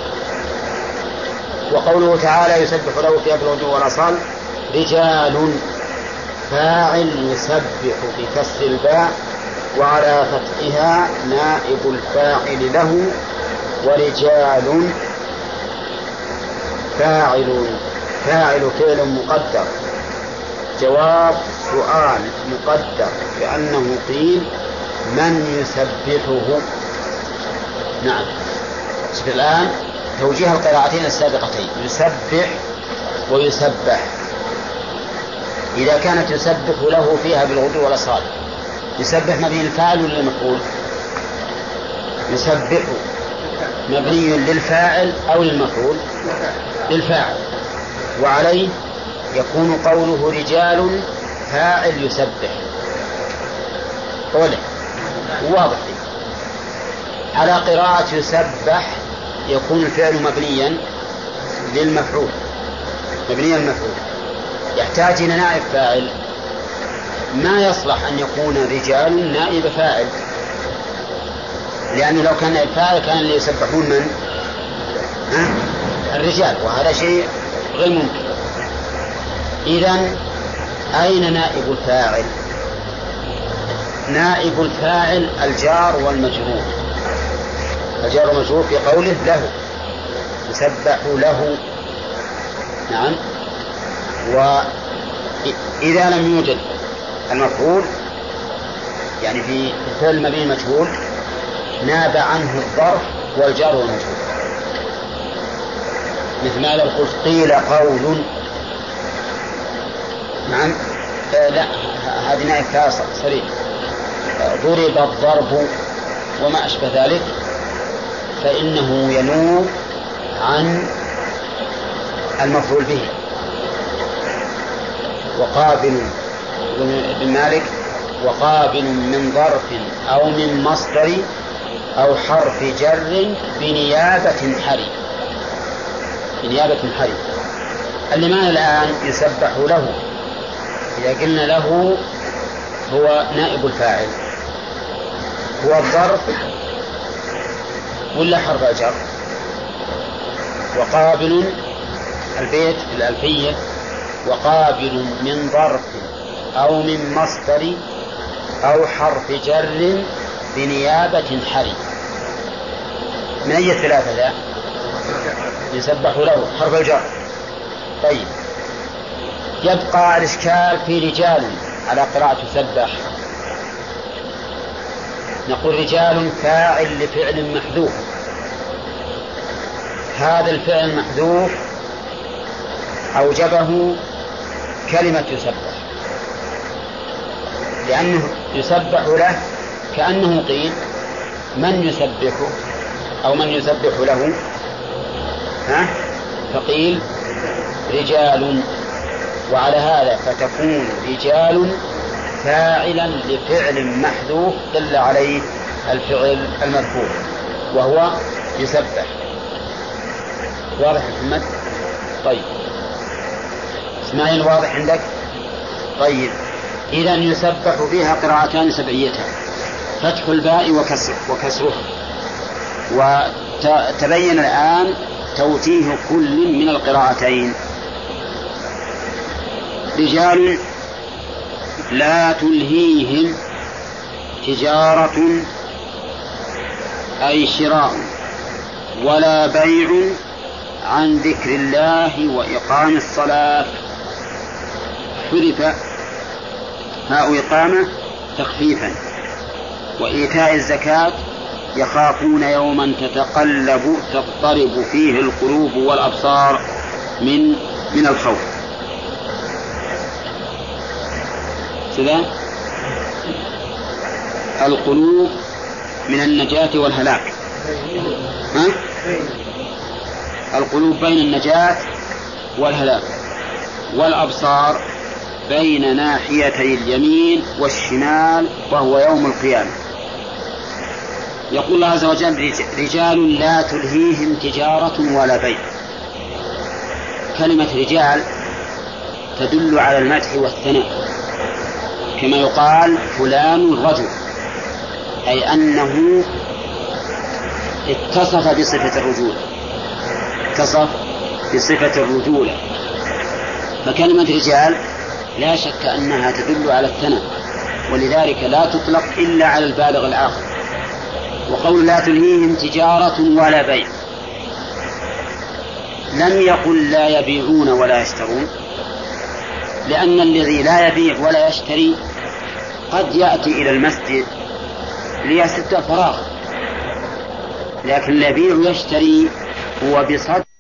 وقوله تعالى: يسبح له فيها بالغدو والآصال رجال، فاعل يسبح بكسر الباء وعلى فتحها نائب الفاعل له، ورجال فاعل فعل مقدر، جواب سؤال مقدر كأنه قيل: من يسبحه؟ نعم. الآن توجيه القراءتين السابقتين: يسبح ويسبح. إذا كانت يسبح له فيها بالغدو والآصال، يسبح مبني الفاعل ولا المفعول؟ يسبح مبني للفاعل أو للمفعول؟ للفاعل، وعليه يكون قوله رجال فاعل يسبح. قوله واضح. على قراءة يسبح يكون الفعل مبنيا للمفعول، مبنيا المفعول، يحتاج إلى نائب فاعل. ما يصلح أن يكون رجال نائب فاعل، لأنه لو كان نائب فاعل كان اللي يسبحون من؟ الرجال، وهذا شيء غير ممكن. إذن أين نائب الفاعل؟ نائب الفاعل الجار والمجرور، الجار والمجرور في قوله له، يسبح له. نعم. وإذا لم يوجد المفعول، يعني في الفعل المبني المجهول، ناب عنه الظرف والجار والمجرور، مثل ما لو قلت قيل قول. نعم. لا، هذه نائب فاعل صريح. ضرب الضرب وما أشبه ذلك، فإنه ينوب عن المفعول به. وقابل ابن مالك: وقابل من ظرف أو من مصدر أو حرف جر بنيابة حري. بنيابة حري. اللي معنا الآن يسبح له، إذا قلنا له هو نائب الفاعل، هو الظرف ولا حرف الجر؟ وقابل البيت في الألفية: وقابل من ظرف أو من مصدر أو حرف جر بنيابة حري. من أي ثلاثة ذا؟ يسبح له حرف الجر. طيب، يبقى الإشكال في رجال على قراءة يسبح. نقول رجال فاعل لفعل محذوف، هذا الفعل المحذوف أوجبه كلمة يسبح، لأنه يسبح له كأنه قيل: من يسبحه أو من يسبح له؟ فقيل رجال. وعلى هذا فتكون رجال فاعلا لفعل محذوف دل عليه الفعل المذكور وهو يسبح. واضح محمد؟ طيب اسماعيل واضح عندك؟ طيب إذن يسبح فيها قراءتان سبعيتان، فتح الباء وكسرها. وتبين الآن توجيه كل من القراءتين. رجال لا تلهيهم تجارة أي شراء ولا بيع عن ذكر الله وإقام الصلاة. حذف هاء إقامة تخفيفا. وإيتاء الزكاة يخافون يوما تضطرب فيه القلوب والأبصار من الخوف. كذا القلوب من النجاة والهلاك. ها؟ القلوب بين النجاة والهلاك، والأبصار بين ناحيتي اليمين والشمال وهو يوم القيامة. يقول الله عز وجل رجال لا تلهيهم تجارة ولا بيع. كلمة رجال تدل على المدح والثناء، كما يقال فلان رجل، أي أنه اتصف بصفة الرجولة، اتصف بصفة الرجولة. فكلمة رجال لا شك أنها تدل على الثناء، ولذلك لا تطلق إلا على البالغ العاقل. وقول لا تلهيهم تجارة ولا بيع، لم يقل لا يبيعون ولا يشترون، لأن الذي لا يبيع ولا يشتري قد يأتي إلى المسجد ليسد الفراغ، لكن لا يبيع ويشتري هو بصدق